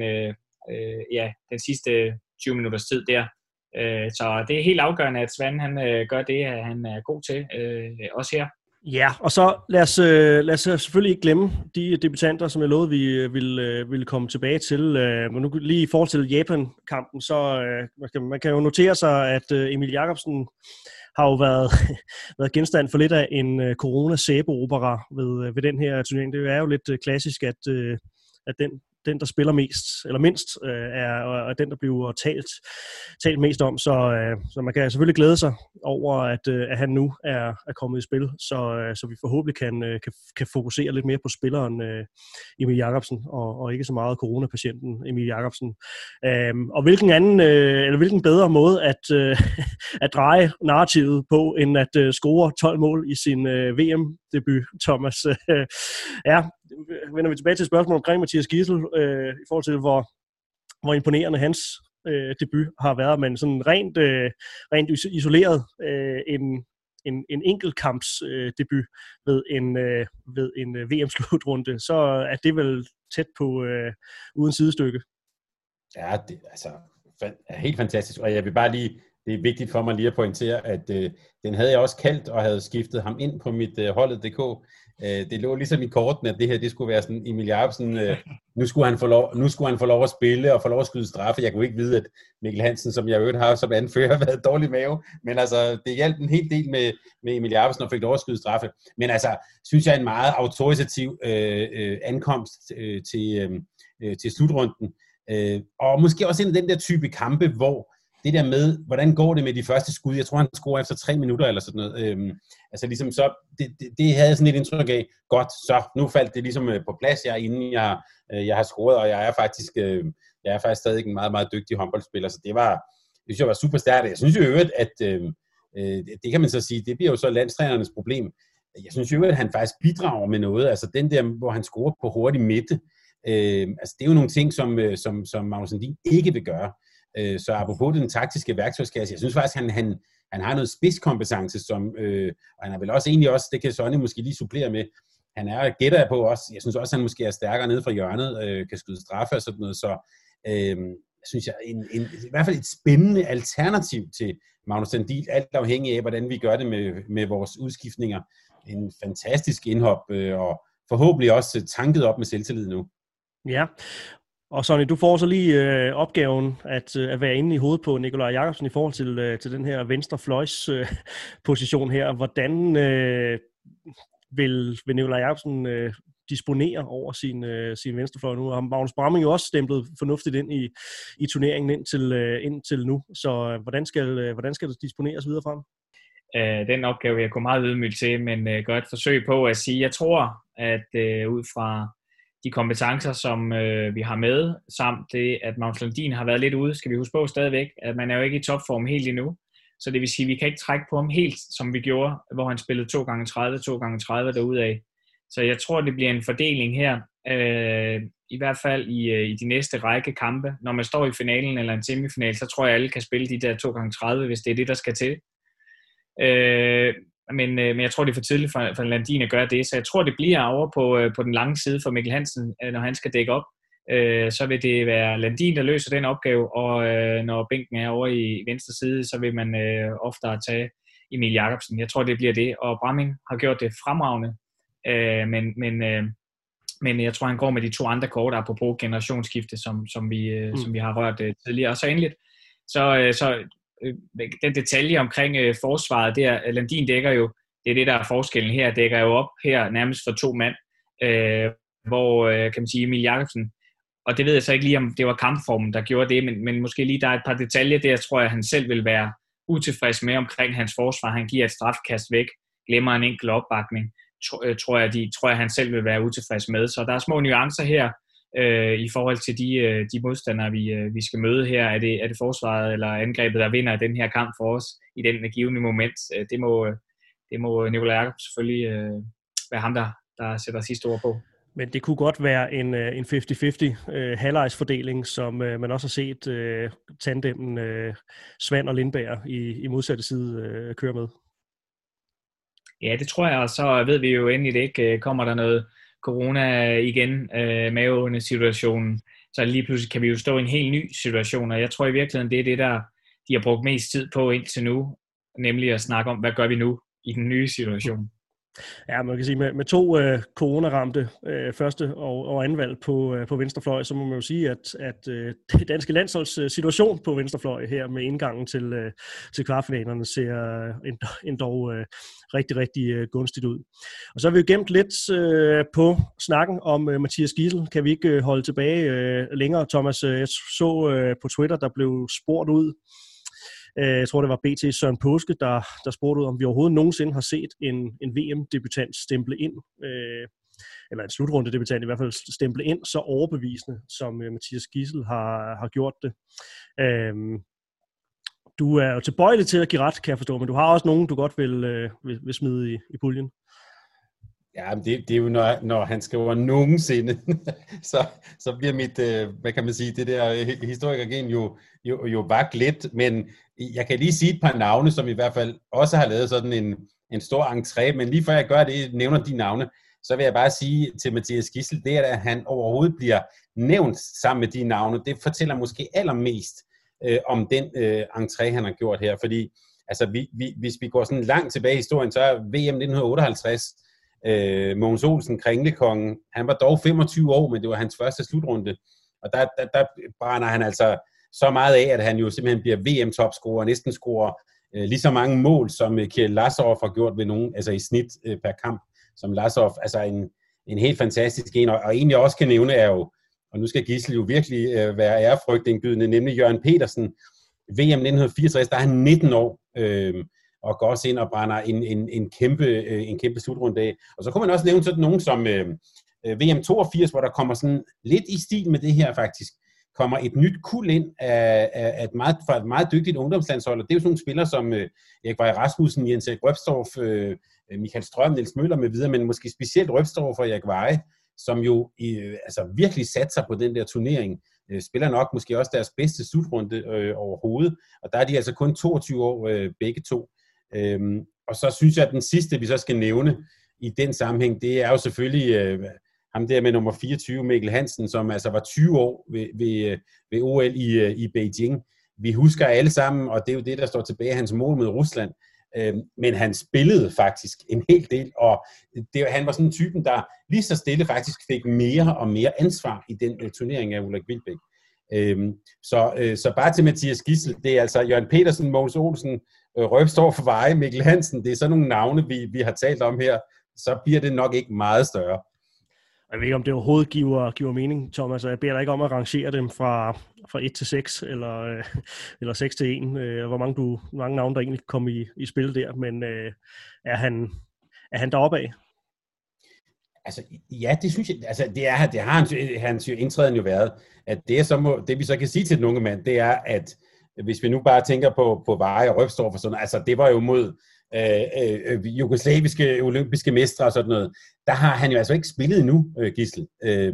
den sidste 20 minutters tid der. Så det er helt afgørende, at Svane han gør det, han er god til, også her. Ja, og så lad os selvfølgelig ikke glemme de debutanter, som jeg lovede, vi ville komme tilbage til. Men nu lige i forhold til Japan-kampen, så man kan jo notere sig, at Emil Jacobsen har jo været genstand for lidt af en corona-sæbe-opera ved den her turnering. Det er jo lidt klassisk, at den, der spiller mest eller mindst, er den, der bliver talt mest om. Så man kan selvfølgelig glæde sig over, at han nu er kommet i spil, så vi forhåbentlig kan fokusere lidt mere på spilleren Emil Jacobsen, og ikke så meget coronapatienten Emil Jacobsen. Og hvilken bedre måde at dreje narrativet på, end at score 12 mål i sin VM-debut, Thomas. Vender vi tilbage til spørgsmålet omkring Mathias Gidsel, i forhold til, hvor imponerende hans debut har været, men sådan rent isoleret en enkeltkamps debut ved en VM-slutrunde, så er det vel tæt på uden sidestykke. Ja, det er helt fantastisk, og jeg vil bare lige, det er vigtigt for mig lige at pointere, at den havde jeg også kaldt og havde skiftet ham ind på mit holdet.dk. Det lå ligesom i korten, at det her det skulle være sådan Emil Jacobsen, nu skulle han få lov at spille og få lov at skyde straffe. Jeg kunne ikke vide, at Mikkel Hansen, som jeg øvrigt har som anfører, har været dårlig mave, men altså det hjalp en hel del med Emil Jacobsen og fik lov at skyde straffe. Men altså, synes jeg en meget autoritativ ankomst til slutrunden. Og måske også en af den der type kampe, hvor det der med, hvordan går det med de første skud? Jeg tror, han scorer efter 3 minutter eller sådan noget. Altså ligesom så, det havde sådan et indtryk af, godt, så nu faldt det ligesom på plads, inden jeg har scoret, og jeg er faktisk stadig en meget, meget dygtig håndboldspiller, så det synes jeg var super stærkt. Jeg synes jo øvrigt, at det kan man så sige, det bliver jo så landstrænernes problem. Jeg synes jo, at han faktisk bidrager med noget, altså den der, hvor han scorer på hurtig midte, altså det er jo nogle ting, som Magnus Sandin ikke vil gøre. Så apropos den taktiske værktøjskasse, jeg synes faktisk, han har noget spidskompetence, og han er vel også egentlig også, det kan Sonny måske lige supplere med, han er, gætter jeg på også, jeg synes også, han måske er stærkere nede fra hjørnet, kan skyde straffe og sådan noget, så synes jeg, i hvert fald et spændende alternativ til Magnus Sandin, alt afhængig af, hvordan vi gør det med vores udskiftninger. En fantastisk indhop, og forhåbentlig også tanket op med selvtillid nu. Ja. Og Sonny, du får så lige opgaven at være inde i hovedet på Nikolaj Jacobsen i forhold til den her venstre fløjs position her. Hvordan vil Nikolaj Jacobsen disponere over sin venstrefløj nu? Og Magnus Bramming jo også stemplet fornuftigt ind i turneringen indtil nu. Så hvordan skal det disponeres videre frem? Den opgave jeg går meget ydmygt til, men gør et forsøg på at sige, jeg tror, at ud fra de kompetencer, som vi har med, samt det, at Magnus Landin har været lidt ude, skal vi huske på stadigvæk, at man er jo ikke i topform helt endnu. Så det vil sige, at vi kan ikke trække på ham helt, som vi gjorde, hvor han spillede 2x30 derudaf. Så jeg tror, det bliver en fordeling her, i hvert fald i de næste række kampe. Når man står i finalen eller en semifinal, så tror jeg, at alle kan spille de der 2x30, hvis det er det, der skal til. Men jeg tror, det er for tidligt for Landin at gøre det, så jeg tror, det bliver over på den lange side for Mikkel Hansen, når han skal dække op. Så vil det være Landin, der løser den opgave, og når bænken er over i venstre side, så vil man oftere tage Emil Jacobsen. Jeg tror, det bliver det, og Bramming har gjort det fremragende, men jeg tror, han går med de 2 andre kort, apropos generationsskifte, som vi har rørt tidligere. Og så endelig, så den detalje omkring forsvaret der, Landin dækker jo, det er det, der er forskellen her, dækker jo op her nærmest for 2 mand, hvor, kan man sige, Emil Jacobsen, og det ved jeg så ikke lige, om det var kampformen, der gjorde det, men måske lige, der er et par detaljer der, tror jeg, han selv vil være utilfreds med omkring hans forsvar. Han giver et strafkast væk, glemmer en enkelt opbakning, tror jeg, han selv vil være utilfreds med. Så der er små nuancer her, i forhold til de modstandere, vi skal møde her. Er det forsvaret eller angrebet, der vinder den her kamp for os i den givende moment? Det det må Nikolaj Jakob selvfølgelig være ham, der sætter sidste ord på. Men det kunne godt være en 50-50 halvlejsfordeling, som man også har set tandemen Svand og Lindberg i modsatte side køre med. Ja, det tror jeg, og så ved vi jo endelig ikke, kommer der noget corona igen, maveåbne-situationen, så lige pludselig kan vi jo stå i en helt ny situation, og jeg tror i virkeligheden, det er det, der de har brugt mest tid på indtil nu, nemlig at snakke om, hvad gør vi nu i den nye situation. Ja, man kan sige, med 2 coronaramte første og anden valg på venstrefløj, så må man jo sige, at det danske landsholds situation på venstrefløj her med indgangen til kvartfinalerne ser endog rigtig, rigtig gunstigt ud. Og så har vi jo gemt lidt på snakken om Mathias Gidsel. Kan vi ikke holde tilbage længere, Thomas? Jeg så på Twitter, der blev spurgt ud. Jeg tror, det var BT Søren Påske, der spurgte ud, om vi overhovedet nogensinde har set en VM-debutant stemple ind, eller en slutrunde-debutant i hvert fald stemple ind, så overbevisende, som Mathias Gidsel har gjort det. Du er jo tilbøjelig til at give ret, kan jeg forstå, men du har også nogen, du godt vil smide i puljen. Ja, det er jo, når han skriver nogensinde, så bliver mit, hvad kan man sige, det der historikergen jo vagt lidt, men jeg kan lige sige et par navne, som i hvert fald også har lavet sådan en stor entré, men lige før jeg gør det, nævner de navne, så vil jeg bare sige til Mathias Gidsel, det er, at han overhovedet bliver nævnt sammen med de navne, det fortæller måske allermest om den entré, han har gjort her, fordi altså, hvis vi går sådan langt tilbage i historien, så er VM 1958, Mogens Olsen, Kringlekongen, han var dog 25 år, men det var hans første slutrunde, og der brænder han altså så meget af, at han jo simpelthen bliver VM-topscorer og næsten scorer lige så mange mål, som Kjell Lasserhoff har gjort ved nogen, altså i snit per kamp, som Lasserhoff, altså en helt fantastisk en, og egentlig også kan nævne er jo, og nu skal Gidsel jo virkelig være ærefrygtindgydende, nemlig Jørgen Petersen, VM 1964, der er han 19 år, og går også ind og brænder en kæmpe slutrunde af. Og så kunne man også nævne sådan nogen som VM 82, hvor der kommer sådan lidt i stil med det her faktisk, kommer et nyt kuld ind af et meget dygtigt ungdomslandshold, og det er jo sådan nogle spillere som Erik Vej Rasmussen, Jens Erik Røbstorff, Michael Strøm, Niels Møller med videre, men måske specielt Røbstorff og Erik Vej, som jo altså virkelig satser på den der turnering, spiller nok måske også deres bedste slutrunde overhovedet, og der er de altså kun 22 år begge to. Og så synes jeg, at den sidste, vi så skal nævne i den sammenhæng, det er jo selvfølgelig ham der med nummer 24, Mikkel Hansen, som altså var 20 år ved OL i Beijing. Vi husker alle sammen, og det er jo det, der står tilbage, hans mål mod Rusland. Men han spillede faktisk en hel del, og han var sådan en typen, der lige så stille faktisk fik mere og mere ansvar i den turnering af Ulrik Wilbek. Så bare til Mathias Gidsel, det er altså Jørgen Petersen, Mogens Olsen, Røbstorff, Veje, Mikkel Hansen, det er sådan nogle navne, vi har talt om her, så bliver det nok ikke meget større. Jeg ved ikke, om det overhovedet giver mening, Thomas, og jeg beder dig ikke om at rangere dem fra 1 til 6, eller 6 til 1, hvor mange navne der egentlig kom i spil der, men er han deroppe af? Altså, ja, det synes jeg, altså, det har hans indtræden jo været, at det vi så kan sige til den unge mand, det er, at hvis vi nu bare tænker på Veje og Røbstorff og sådan, altså det var jo mod jugoslaviske olympiske mestre og sådan noget, der har han jo altså ikke spillet endnu, Gidsel.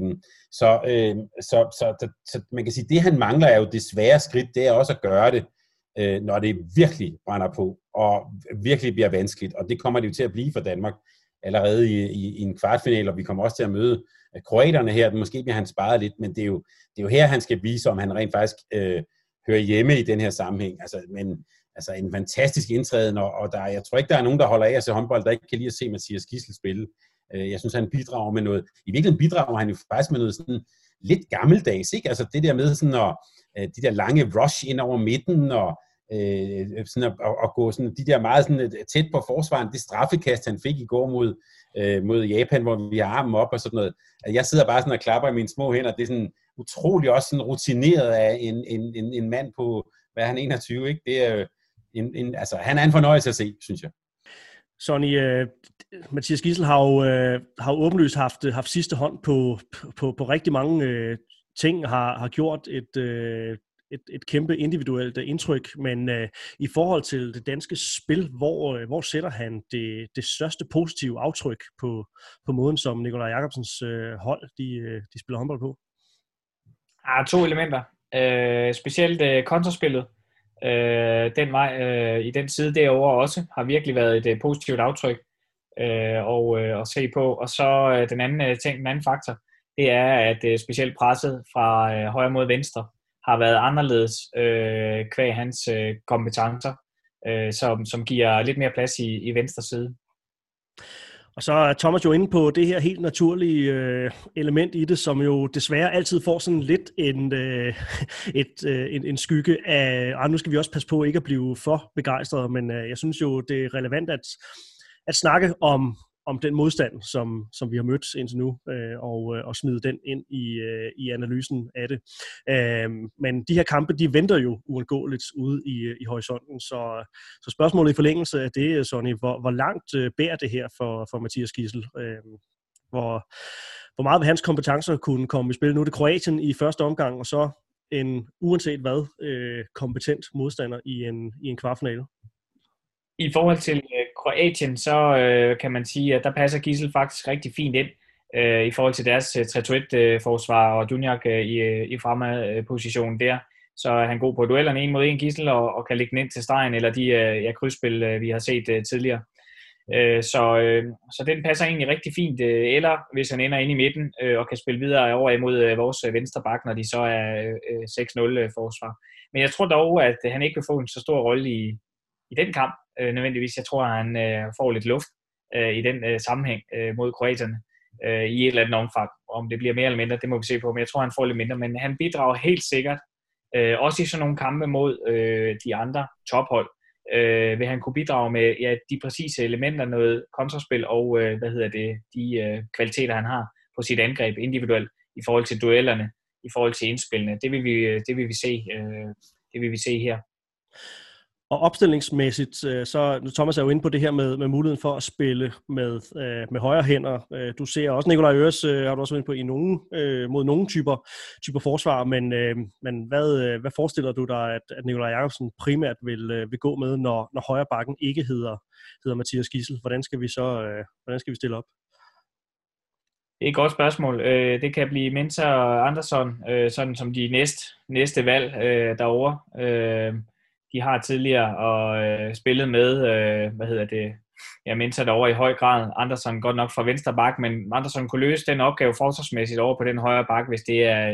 Så man kan sige, det han mangler er jo det svære skridt, det er også at gøre det, når det virkelig brænder på, og virkelig bliver vanskeligt, og det kommer det jo til at blive for Danmark allerede i en kvartfinal, og vi kommer også til at møde kroaterne her, måske bliver han sparet lidt, men det er jo her, han skal vise, om han rent faktisk hører hjemme i den her sammenhæng. Altså en fantastisk indtræden, og jeg tror ikke, der er nogen, der holder af at se håndbold, der ikke kan lide at se Mathias Gidsel spille. Jeg synes, han bidrager med noget. I virkeligheden bidrager han jo faktisk med noget sådan lidt gammeldags, ikke? Altså det der med sådan de der lange rush ind over midten, og sådan at gå sådan de der meget sådan tæt på forsvaren, det straffekast, han fik i går mod Japan, hvor vi har armen op og sådan noget. Jeg sidder bare sådan og klapper i mine små hænder. Det er sådan utrolig også sådan rutineret af en mand på, hvad er han, 21, ikke? Det er altså, han er en fornøjelse at se, synes jeg. Sonny, Mathias Gidsel har jo åbenlyst haft sidste hånd på rigtig mange ting, har gjort et kæmpe individuelt indtryk, men i forhold til det danske spil, hvor sætter han det største positive aftryk på måden, som Nikolaj Jakobsens hold de spiller håndbold på? To elementer. Specielt kontraspillet. Den vej i den side derovre også har virkelig været et positivt aftryk at se på. Og så den anden faktor, det er, at specielt presset fra højre mod venstre har været anderledes kvæg hans kompetencer, som giver lidt mere plads i venstre side. Og så er Thomas jo inde på det her helt naturlige element i det, som jo desværre altid får sådan lidt en skygge af, nu skal vi også passe på ikke at blive for begejstrede, men jeg synes jo, det er relevant at snakke om den modstand, som vi har mødt indtil nu, og smide den ind i analysen af det. Men de her kampe, de venter jo uundgåeligt ude i horisonten, så spørgsmålet i forlængelse af det, Sonny, hvor langt bærer det her for Mathias Gidsel? Hvor meget vil hans kompetencer kunne komme i spil? Nu er det Kroatien i første omgang, og så en uanset hvad kompetent modstander i en kvartfinale. I forhold til Kroatien, så kan man sige, at der passer Gidsel faktisk rigtig fint ind i forhold til deres 3-2-1-forsvar og Dunjak i fremme-positionen der. Så er han god på duellerne 1 mod 1 Gidsel og kan lægge den ind til stregen, eller de krydsspil, vi har set tidligere. Så den passer egentlig rigtig fint, eller hvis han ender inde i midten og kan spille videre over imod vores venstre bak, når de så er 6-0 forsvar. Men jeg tror dog, at han ikke vil få en så stor rolle i den kamp nødvendigvis. Jeg tror, at han får lidt luft i den sammenhæng mod kroaterne i et eller andet omfang. Om det bliver mere eller mindre, det må vi se på, men jeg tror, han får lidt mindre. Men han bidrager helt sikkert, også i sådan nogle kampe mod de andre tophold, vil han kunne bidrage med de præcise elementer, noget kontraspil og de kvaliteter, han har på sit angreb individuelt i forhold til duellerne, i forhold til indspillene. Det vil vi se her. Og opstillingsmæssigt, så Thomas er jo inde på det her med muligheden for at spille med højre hænder. Du ser også Nikolaj Øres, har du også været inde på, mod nogle typer forsvar, men hvad forestiller du dig, at Nikolaj Jakobsen primært vil gå med, når højre bakken ikke hedder Mathias Gidsel? Hvordan skal vi stille op? Det er et godt spørgsmål. Det kan blive Mensah og Andersson, sådan som de næste valg derovre. De har tidligere spillet med, Mensah derovre i høj grad. Andersson godt nok fra venstre bak, men Andersson kunne løse den opgave forsvarsmæssigt over på den højre bak, hvis det er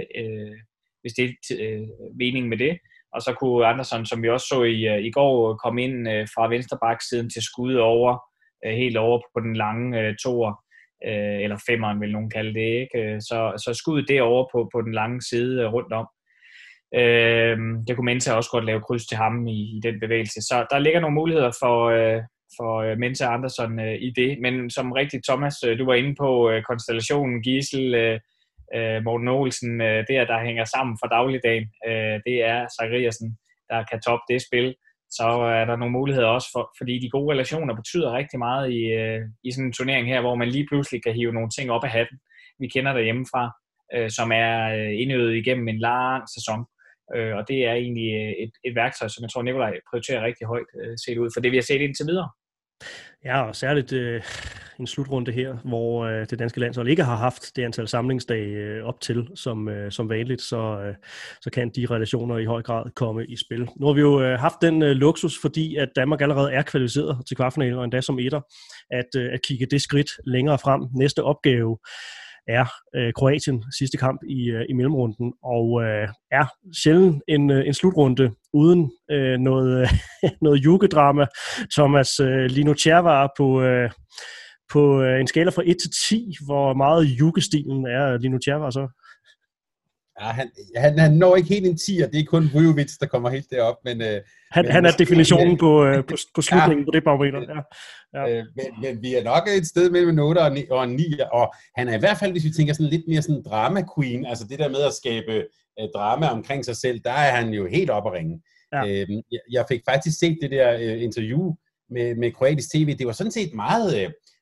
meningen med det. Og så kunne Andersson, som vi også så i går, komme ind fra venstre bak siden til skud over, helt over på den lange toer, eller femmeren vil nogen kalde det, ikke? Så skuddet derovre på den lange side rundt om. Det kunne Mensah også godt lave kryds til ham i den bevægelse. Så der ligger nogle muligheder for Mensah og Andersson i det. Men som rigtigt, Thomas, du var inde på konstellationen Gidsel, Morten Olsen, der hænger sammen for dagligdagen. Det er Zachariasen, der kan toppe det spil. Så er der nogle muligheder også, fordi de gode relationer betyder rigtig meget i sådan en turnering her, hvor man lige pludselig kan hive nogle ting op af hatten. Vi kender der hjemmefra, som er indøvet igennem en lang sæson. Og det er egentlig et værktøj, som jeg tror, Nikolaj prioriterer rigtig højt set ud for det, vi har set indtil videre. Ja, og særligt en slutrunde her, hvor det danske landshold ikke har haft det antal samlingsdage op til som vanligt, så kan de relationer i høj grad komme i spil. Nu har vi jo haft den luksus, fordi at Danmark allerede er kvalificeret til kvartfinalen, og endda som etter, at kigge det skridt længere frem. Næste opgave er Kroatien, sidste kamp i mellemrunden, og er sjældent en slutrunde uden noget jugedrama. Thomas, Lino Červar på en skala fra 1 til 10, hvor meget jugestilen er Lino Červar så? Ja, han når ikke helt en 10, og det er kun Vujovic, der kommer helt derop. Men han er definitionen på slutningen på det barometer. Ja. Men vi er nok et sted mellem en 8 og en 9, og han er i hvert fald, hvis vi tænker sådan lidt mere sådan drama queen, altså det der med at skabe drama omkring sig selv, der er han jo helt oppe at ringe. Ja. Jeg fik faktisk set det der interview med kroatisk tv. Det var sådan set meget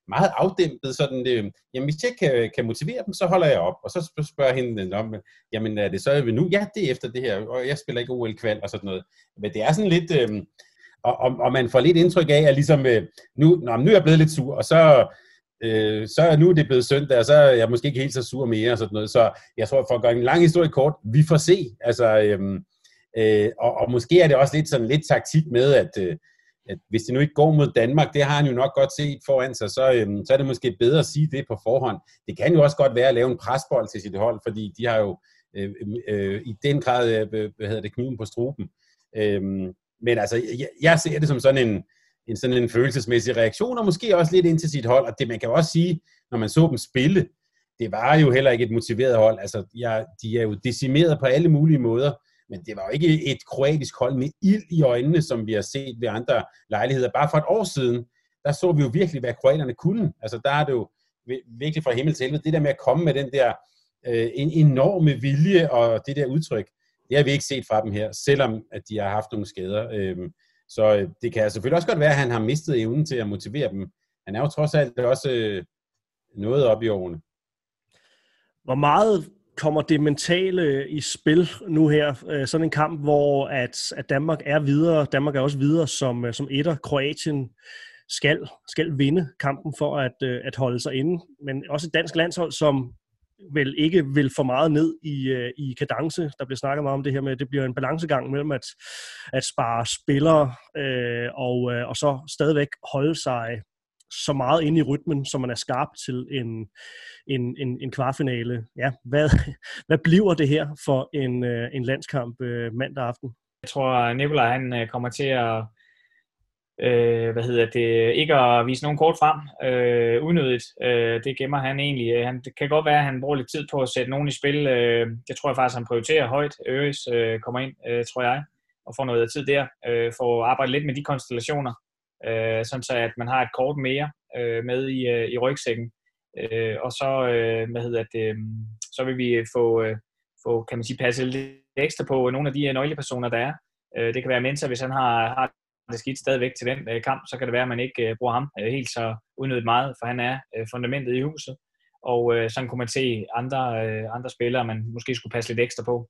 meget afdæmpet, sådan, jamen hvis jeg kan motivere dem, så holder jeg op. Og så spørger hende om, jamen er det så nu? Ja, det er efter det her, og jeg spiller ikke OL-kval og sådan noget. Men det er sådan lidt, og man får lidt indtryk af, at ligesom, nu er jeg blevet lidt sur, og så nu er det blevet søndag, og så er jeg måske ikke helt så sur mere og sådan noget. Så jeg tror, for at gøre en lang historie kort, vi får se. Altså, og måske er det også lidt taktik med, at hvis det nu ikke går mod Danmark, det har han jo nok godt set foran sig, så er det måske bedre at sige det på forhånd. Det kan jo også godt være at lave en presbold til sit hold, fordi de har jo i den grad kniven på struben. Men altså, jeg ser det som sådan en følelsesmæssig reaktion, og måske også lidt ind til sit hold. Og det man kan også sige, når man så dem spille, det var jo heller ikke et motiveret hold. Altså, de er jo decimeret på alle mulige måder, men det var jo ikke et kroatisk hold med ild i øjnene, som vi har set ved andre lejligheder. Bare for et år siden, der så vi jo virkelig, hvad kroaterne kunne. Altså, der er det jo virkelig fra himmel til helvede. Det der med at komme med den der en enorme vilje og det der udtryk, det har vi ikke set fra dem her, selvom at de har haft nogle skader. Så det kan selvfølgelig også godt være, at han har mistet evnen til at motivere dem. Han er jo trods alt også noget op i årene. Hvor meget kommer det mentale i spil nu her? Sådan en kamp, hvor at Danmark er videre. Danmark er også videre som etter. Kroatien skal vinde kampen for at holde sig inde. Men også et dansk landshold, som vel ikke vil for meget ned i kadence. Der bliver snakket meget om det her med, at det bliver en balancegang mellem at spare spillere og så stadigvæk holde sig så meget inde i rytmen, som man er skarp til en kvartfinale. Ja, hvad bliver det her for en landskamp mandag aften? Jeg tror, Nikolaj han kommer til at ikke at vise nogen kort frem unødigt. Det gemmer han egentlig. Det kan godt være, at han bruger lidt tid på at sætte nogen i spil. Det tror jeg faktisk, han prioriterer højt. Øres kommer ind, tror jeg, og får noget tid der. Får arbejdet lidt med de konstellationer, sådan så at man har et kort mere med i rygsækken. Og så, så vil vi få kan man sige, passet lidt ekstra på nogle af de nøglepersoner, der er. Det kan være Mensah, hvis han har det skidt stadigvæk til den kamp, så kan det være, at man ikke bruger ham helt så unødigt meget, for han er fundamentet i huset. Og sådan kunne man se andre spillere, man måske skulle passe lidt ekstra på.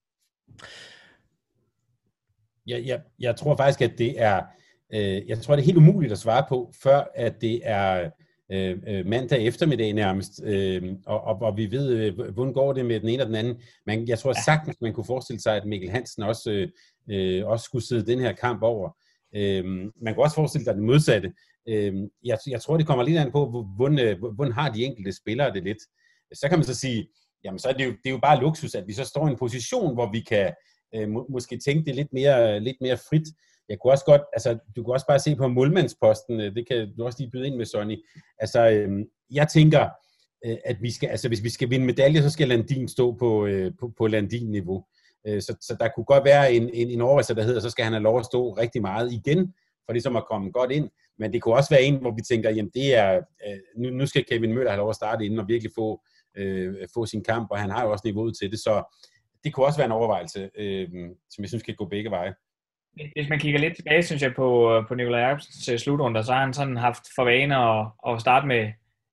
Jeg tror faktisk, at det er det er helt umuligt at svare på, før at det er mandag eftermiddag nærmest, og vi ved, hvordan går det med den ene og den anden. Jeg tror sagtens, man kunne forestille sig, at Mikkel Hansen også skulle sidde den her kamp over. Man kan også forestille sig det modsatte. Jeg tror, det kommer lidt an på, hvordan har de enkelte spillere det lidt. Så kan man så sige, jamen så er det er jo bare luksus, at vi så står i en position, hvor vi kan måske tænke det lidt mere frit. Jeg kunne også godt, altså du kan også bare se på målmandsposten, det kan du også lige byde ind med, Sonny. Altså jeg tænker, at hvis vi skal vinde medaljer, så skal Landin stå på Landin-niveau. Så der kunne godt være en overvejelse, der hedder, så skal han have lov at stå rigtig meget igen, for ligesom at komme godt ind. Men det kunne også være en, hvor vi tænker, jamen det er, nu skal Kevin Møller have lov at starte inden og virkelig få sin kamp, og han har jo også niveauet til det. Så det kunne også være en overvejelse, som jeg synes kan gå begge veje. Hvis man kigger lidt tilbage, synes jeg, på Nikolaj Jacobsens slutrunder, så har han sådan haft for vane at starte med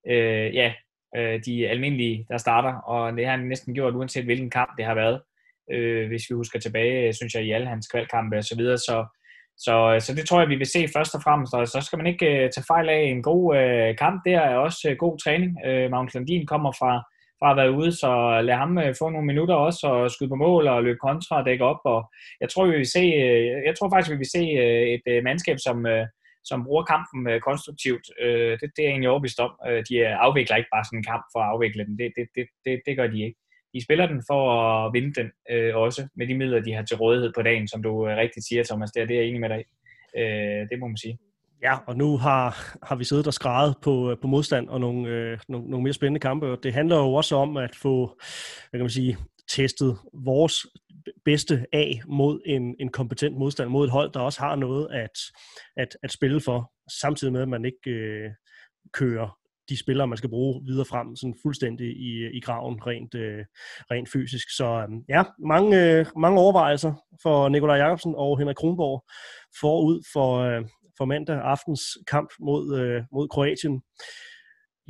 de almindelige, der starter, og det har han næsten gjort, uanset hvilken kamp det har været. Hvis vi husker tilbage, synes jeg, i alle hans kvalkampe og så videre. Så det tror jeg, vi vil se først og fremmest, og så skal man ikke tage fejl af en god kamp. Det er også god træning. Magnus Landin kommer fra at være ude, så lad ham få nogle minutter også, og skyde på mål og løbe kontra og dække op. Og jeg tror faktisk, vi vil se et mandskab, som bruger kampen konstruktivt. Det er jeg egentlig overbevist om. De afvikler ikke bare sådan en kamp for at afvikle den. Det gør de ikke. De spiller den for at vinde den også, med de midler, de har til rådighed på dagen, som du rigtigt siger, Thomas. Det er jeg enig med dig. Det må man sige. Ja, og nu har vi siddet og skreget på modstand og nogle mere spændende kampe, og det handler jo også om at få, hvad kan man sige, testet vores bedste af mod en kompetent modstand, mod et hold, der også har noget at spille for, samtidig med, at man ikke kører de spillere, man skal bruge videre frem, sådan fuldstændig i graven, rent fysisk. Så ja, mange overvejelser for Nikolaj Jacobsen og Henrik Kronborg forud for mandag aftens kamp mod Kroatien.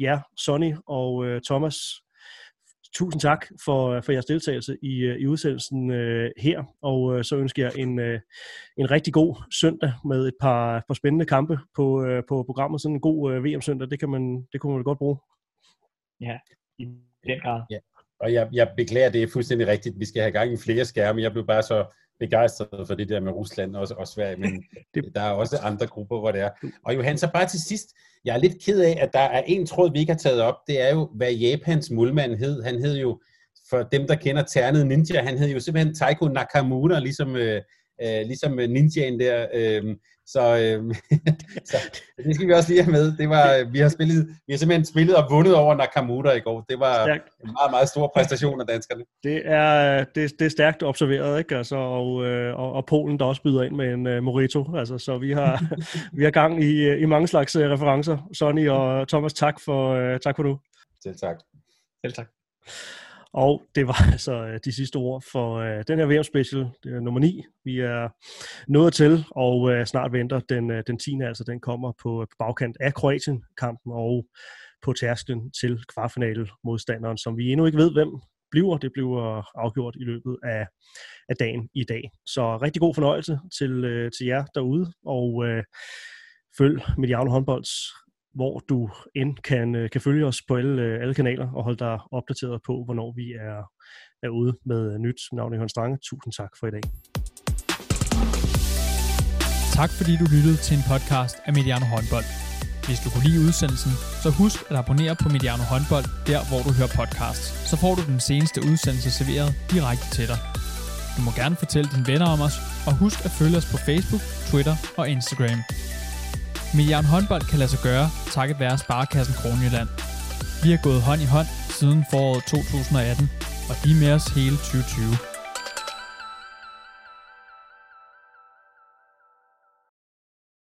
jer, Sonny og Thomas, tusind tak for jeres deltagelse i udsendelsen her, og så ønsker jeg en rigtig god søndag med et par spændende kampe på programmet. Sådan en god VM-søndag, det kunne man godt bruge. Ja, i den grad. Ja. Og jeg beklager, det er fuldstændig rigtigt. Vi skal have gang i flere skærme. Jeg blev bare så begejstret for det der med Rusland og Sverige, men der er også andre grupper, hvor det er. Og Johan, så bare til sidst, jeg er lidt ked af, at der er en tråd, vi ikke har taget op. Det er jo, hvad Japans målmand hed. Han hed jo, for dem, der kender ternet ninja, han hed jo simpelthen Taiko Nakamura, ligesom ninjaen der. Så det skal vi også lige have med. Vi har simpelthen spillet og vundet over Nakamura i går. Det var en meget, meget stor præstation af danskerne. Det er stærkt observeret, ikke? Altså, og Polen, der også byder ind med en Morito. Altså, så vi har gang i mange slags referencer. Sonny og Thomas, tak for nu. Selv tak. Selv tak. Og det var altså de sidste ord for den her VM-special, det er nummer 9. Vi er nået til, og snart venter den 10. Altså den kommer på bagkant af Kroatien-kampen og på tærsklen til kvartfinale-modstanderen, som vi endnu ikke ved, hvem bliver. Det bliver afgjort i løbet af dagen i dag. Så rigtig god fornøjelse til jer derude, og følg Mediano Håndbolds, hvor du end kan følge os på alle kanaler og holde dig opdateret på, hvornår vi er ude med nyt. Navn er Johan Strange. Tusind tak for i dag. Tak fordi du lyttede til en podcast af Mediano Håndbold. Hvis du kunne lide udsendelsen, så husk at abonnere på Mediano Håndbold, der hvor du hører podcasts. Så får du den seneste udsendelse serveret direkte til dig. Du må gerne fortælle dine venner om os, og husk at følge os på Facebook, Twitter og Instagram. Mediano Håndbold kan lade sig gøre, takket være Sparekassen Kronjylland. Vi har gået hånd i hånd siden foråret 2018, og de er med os hele 2020.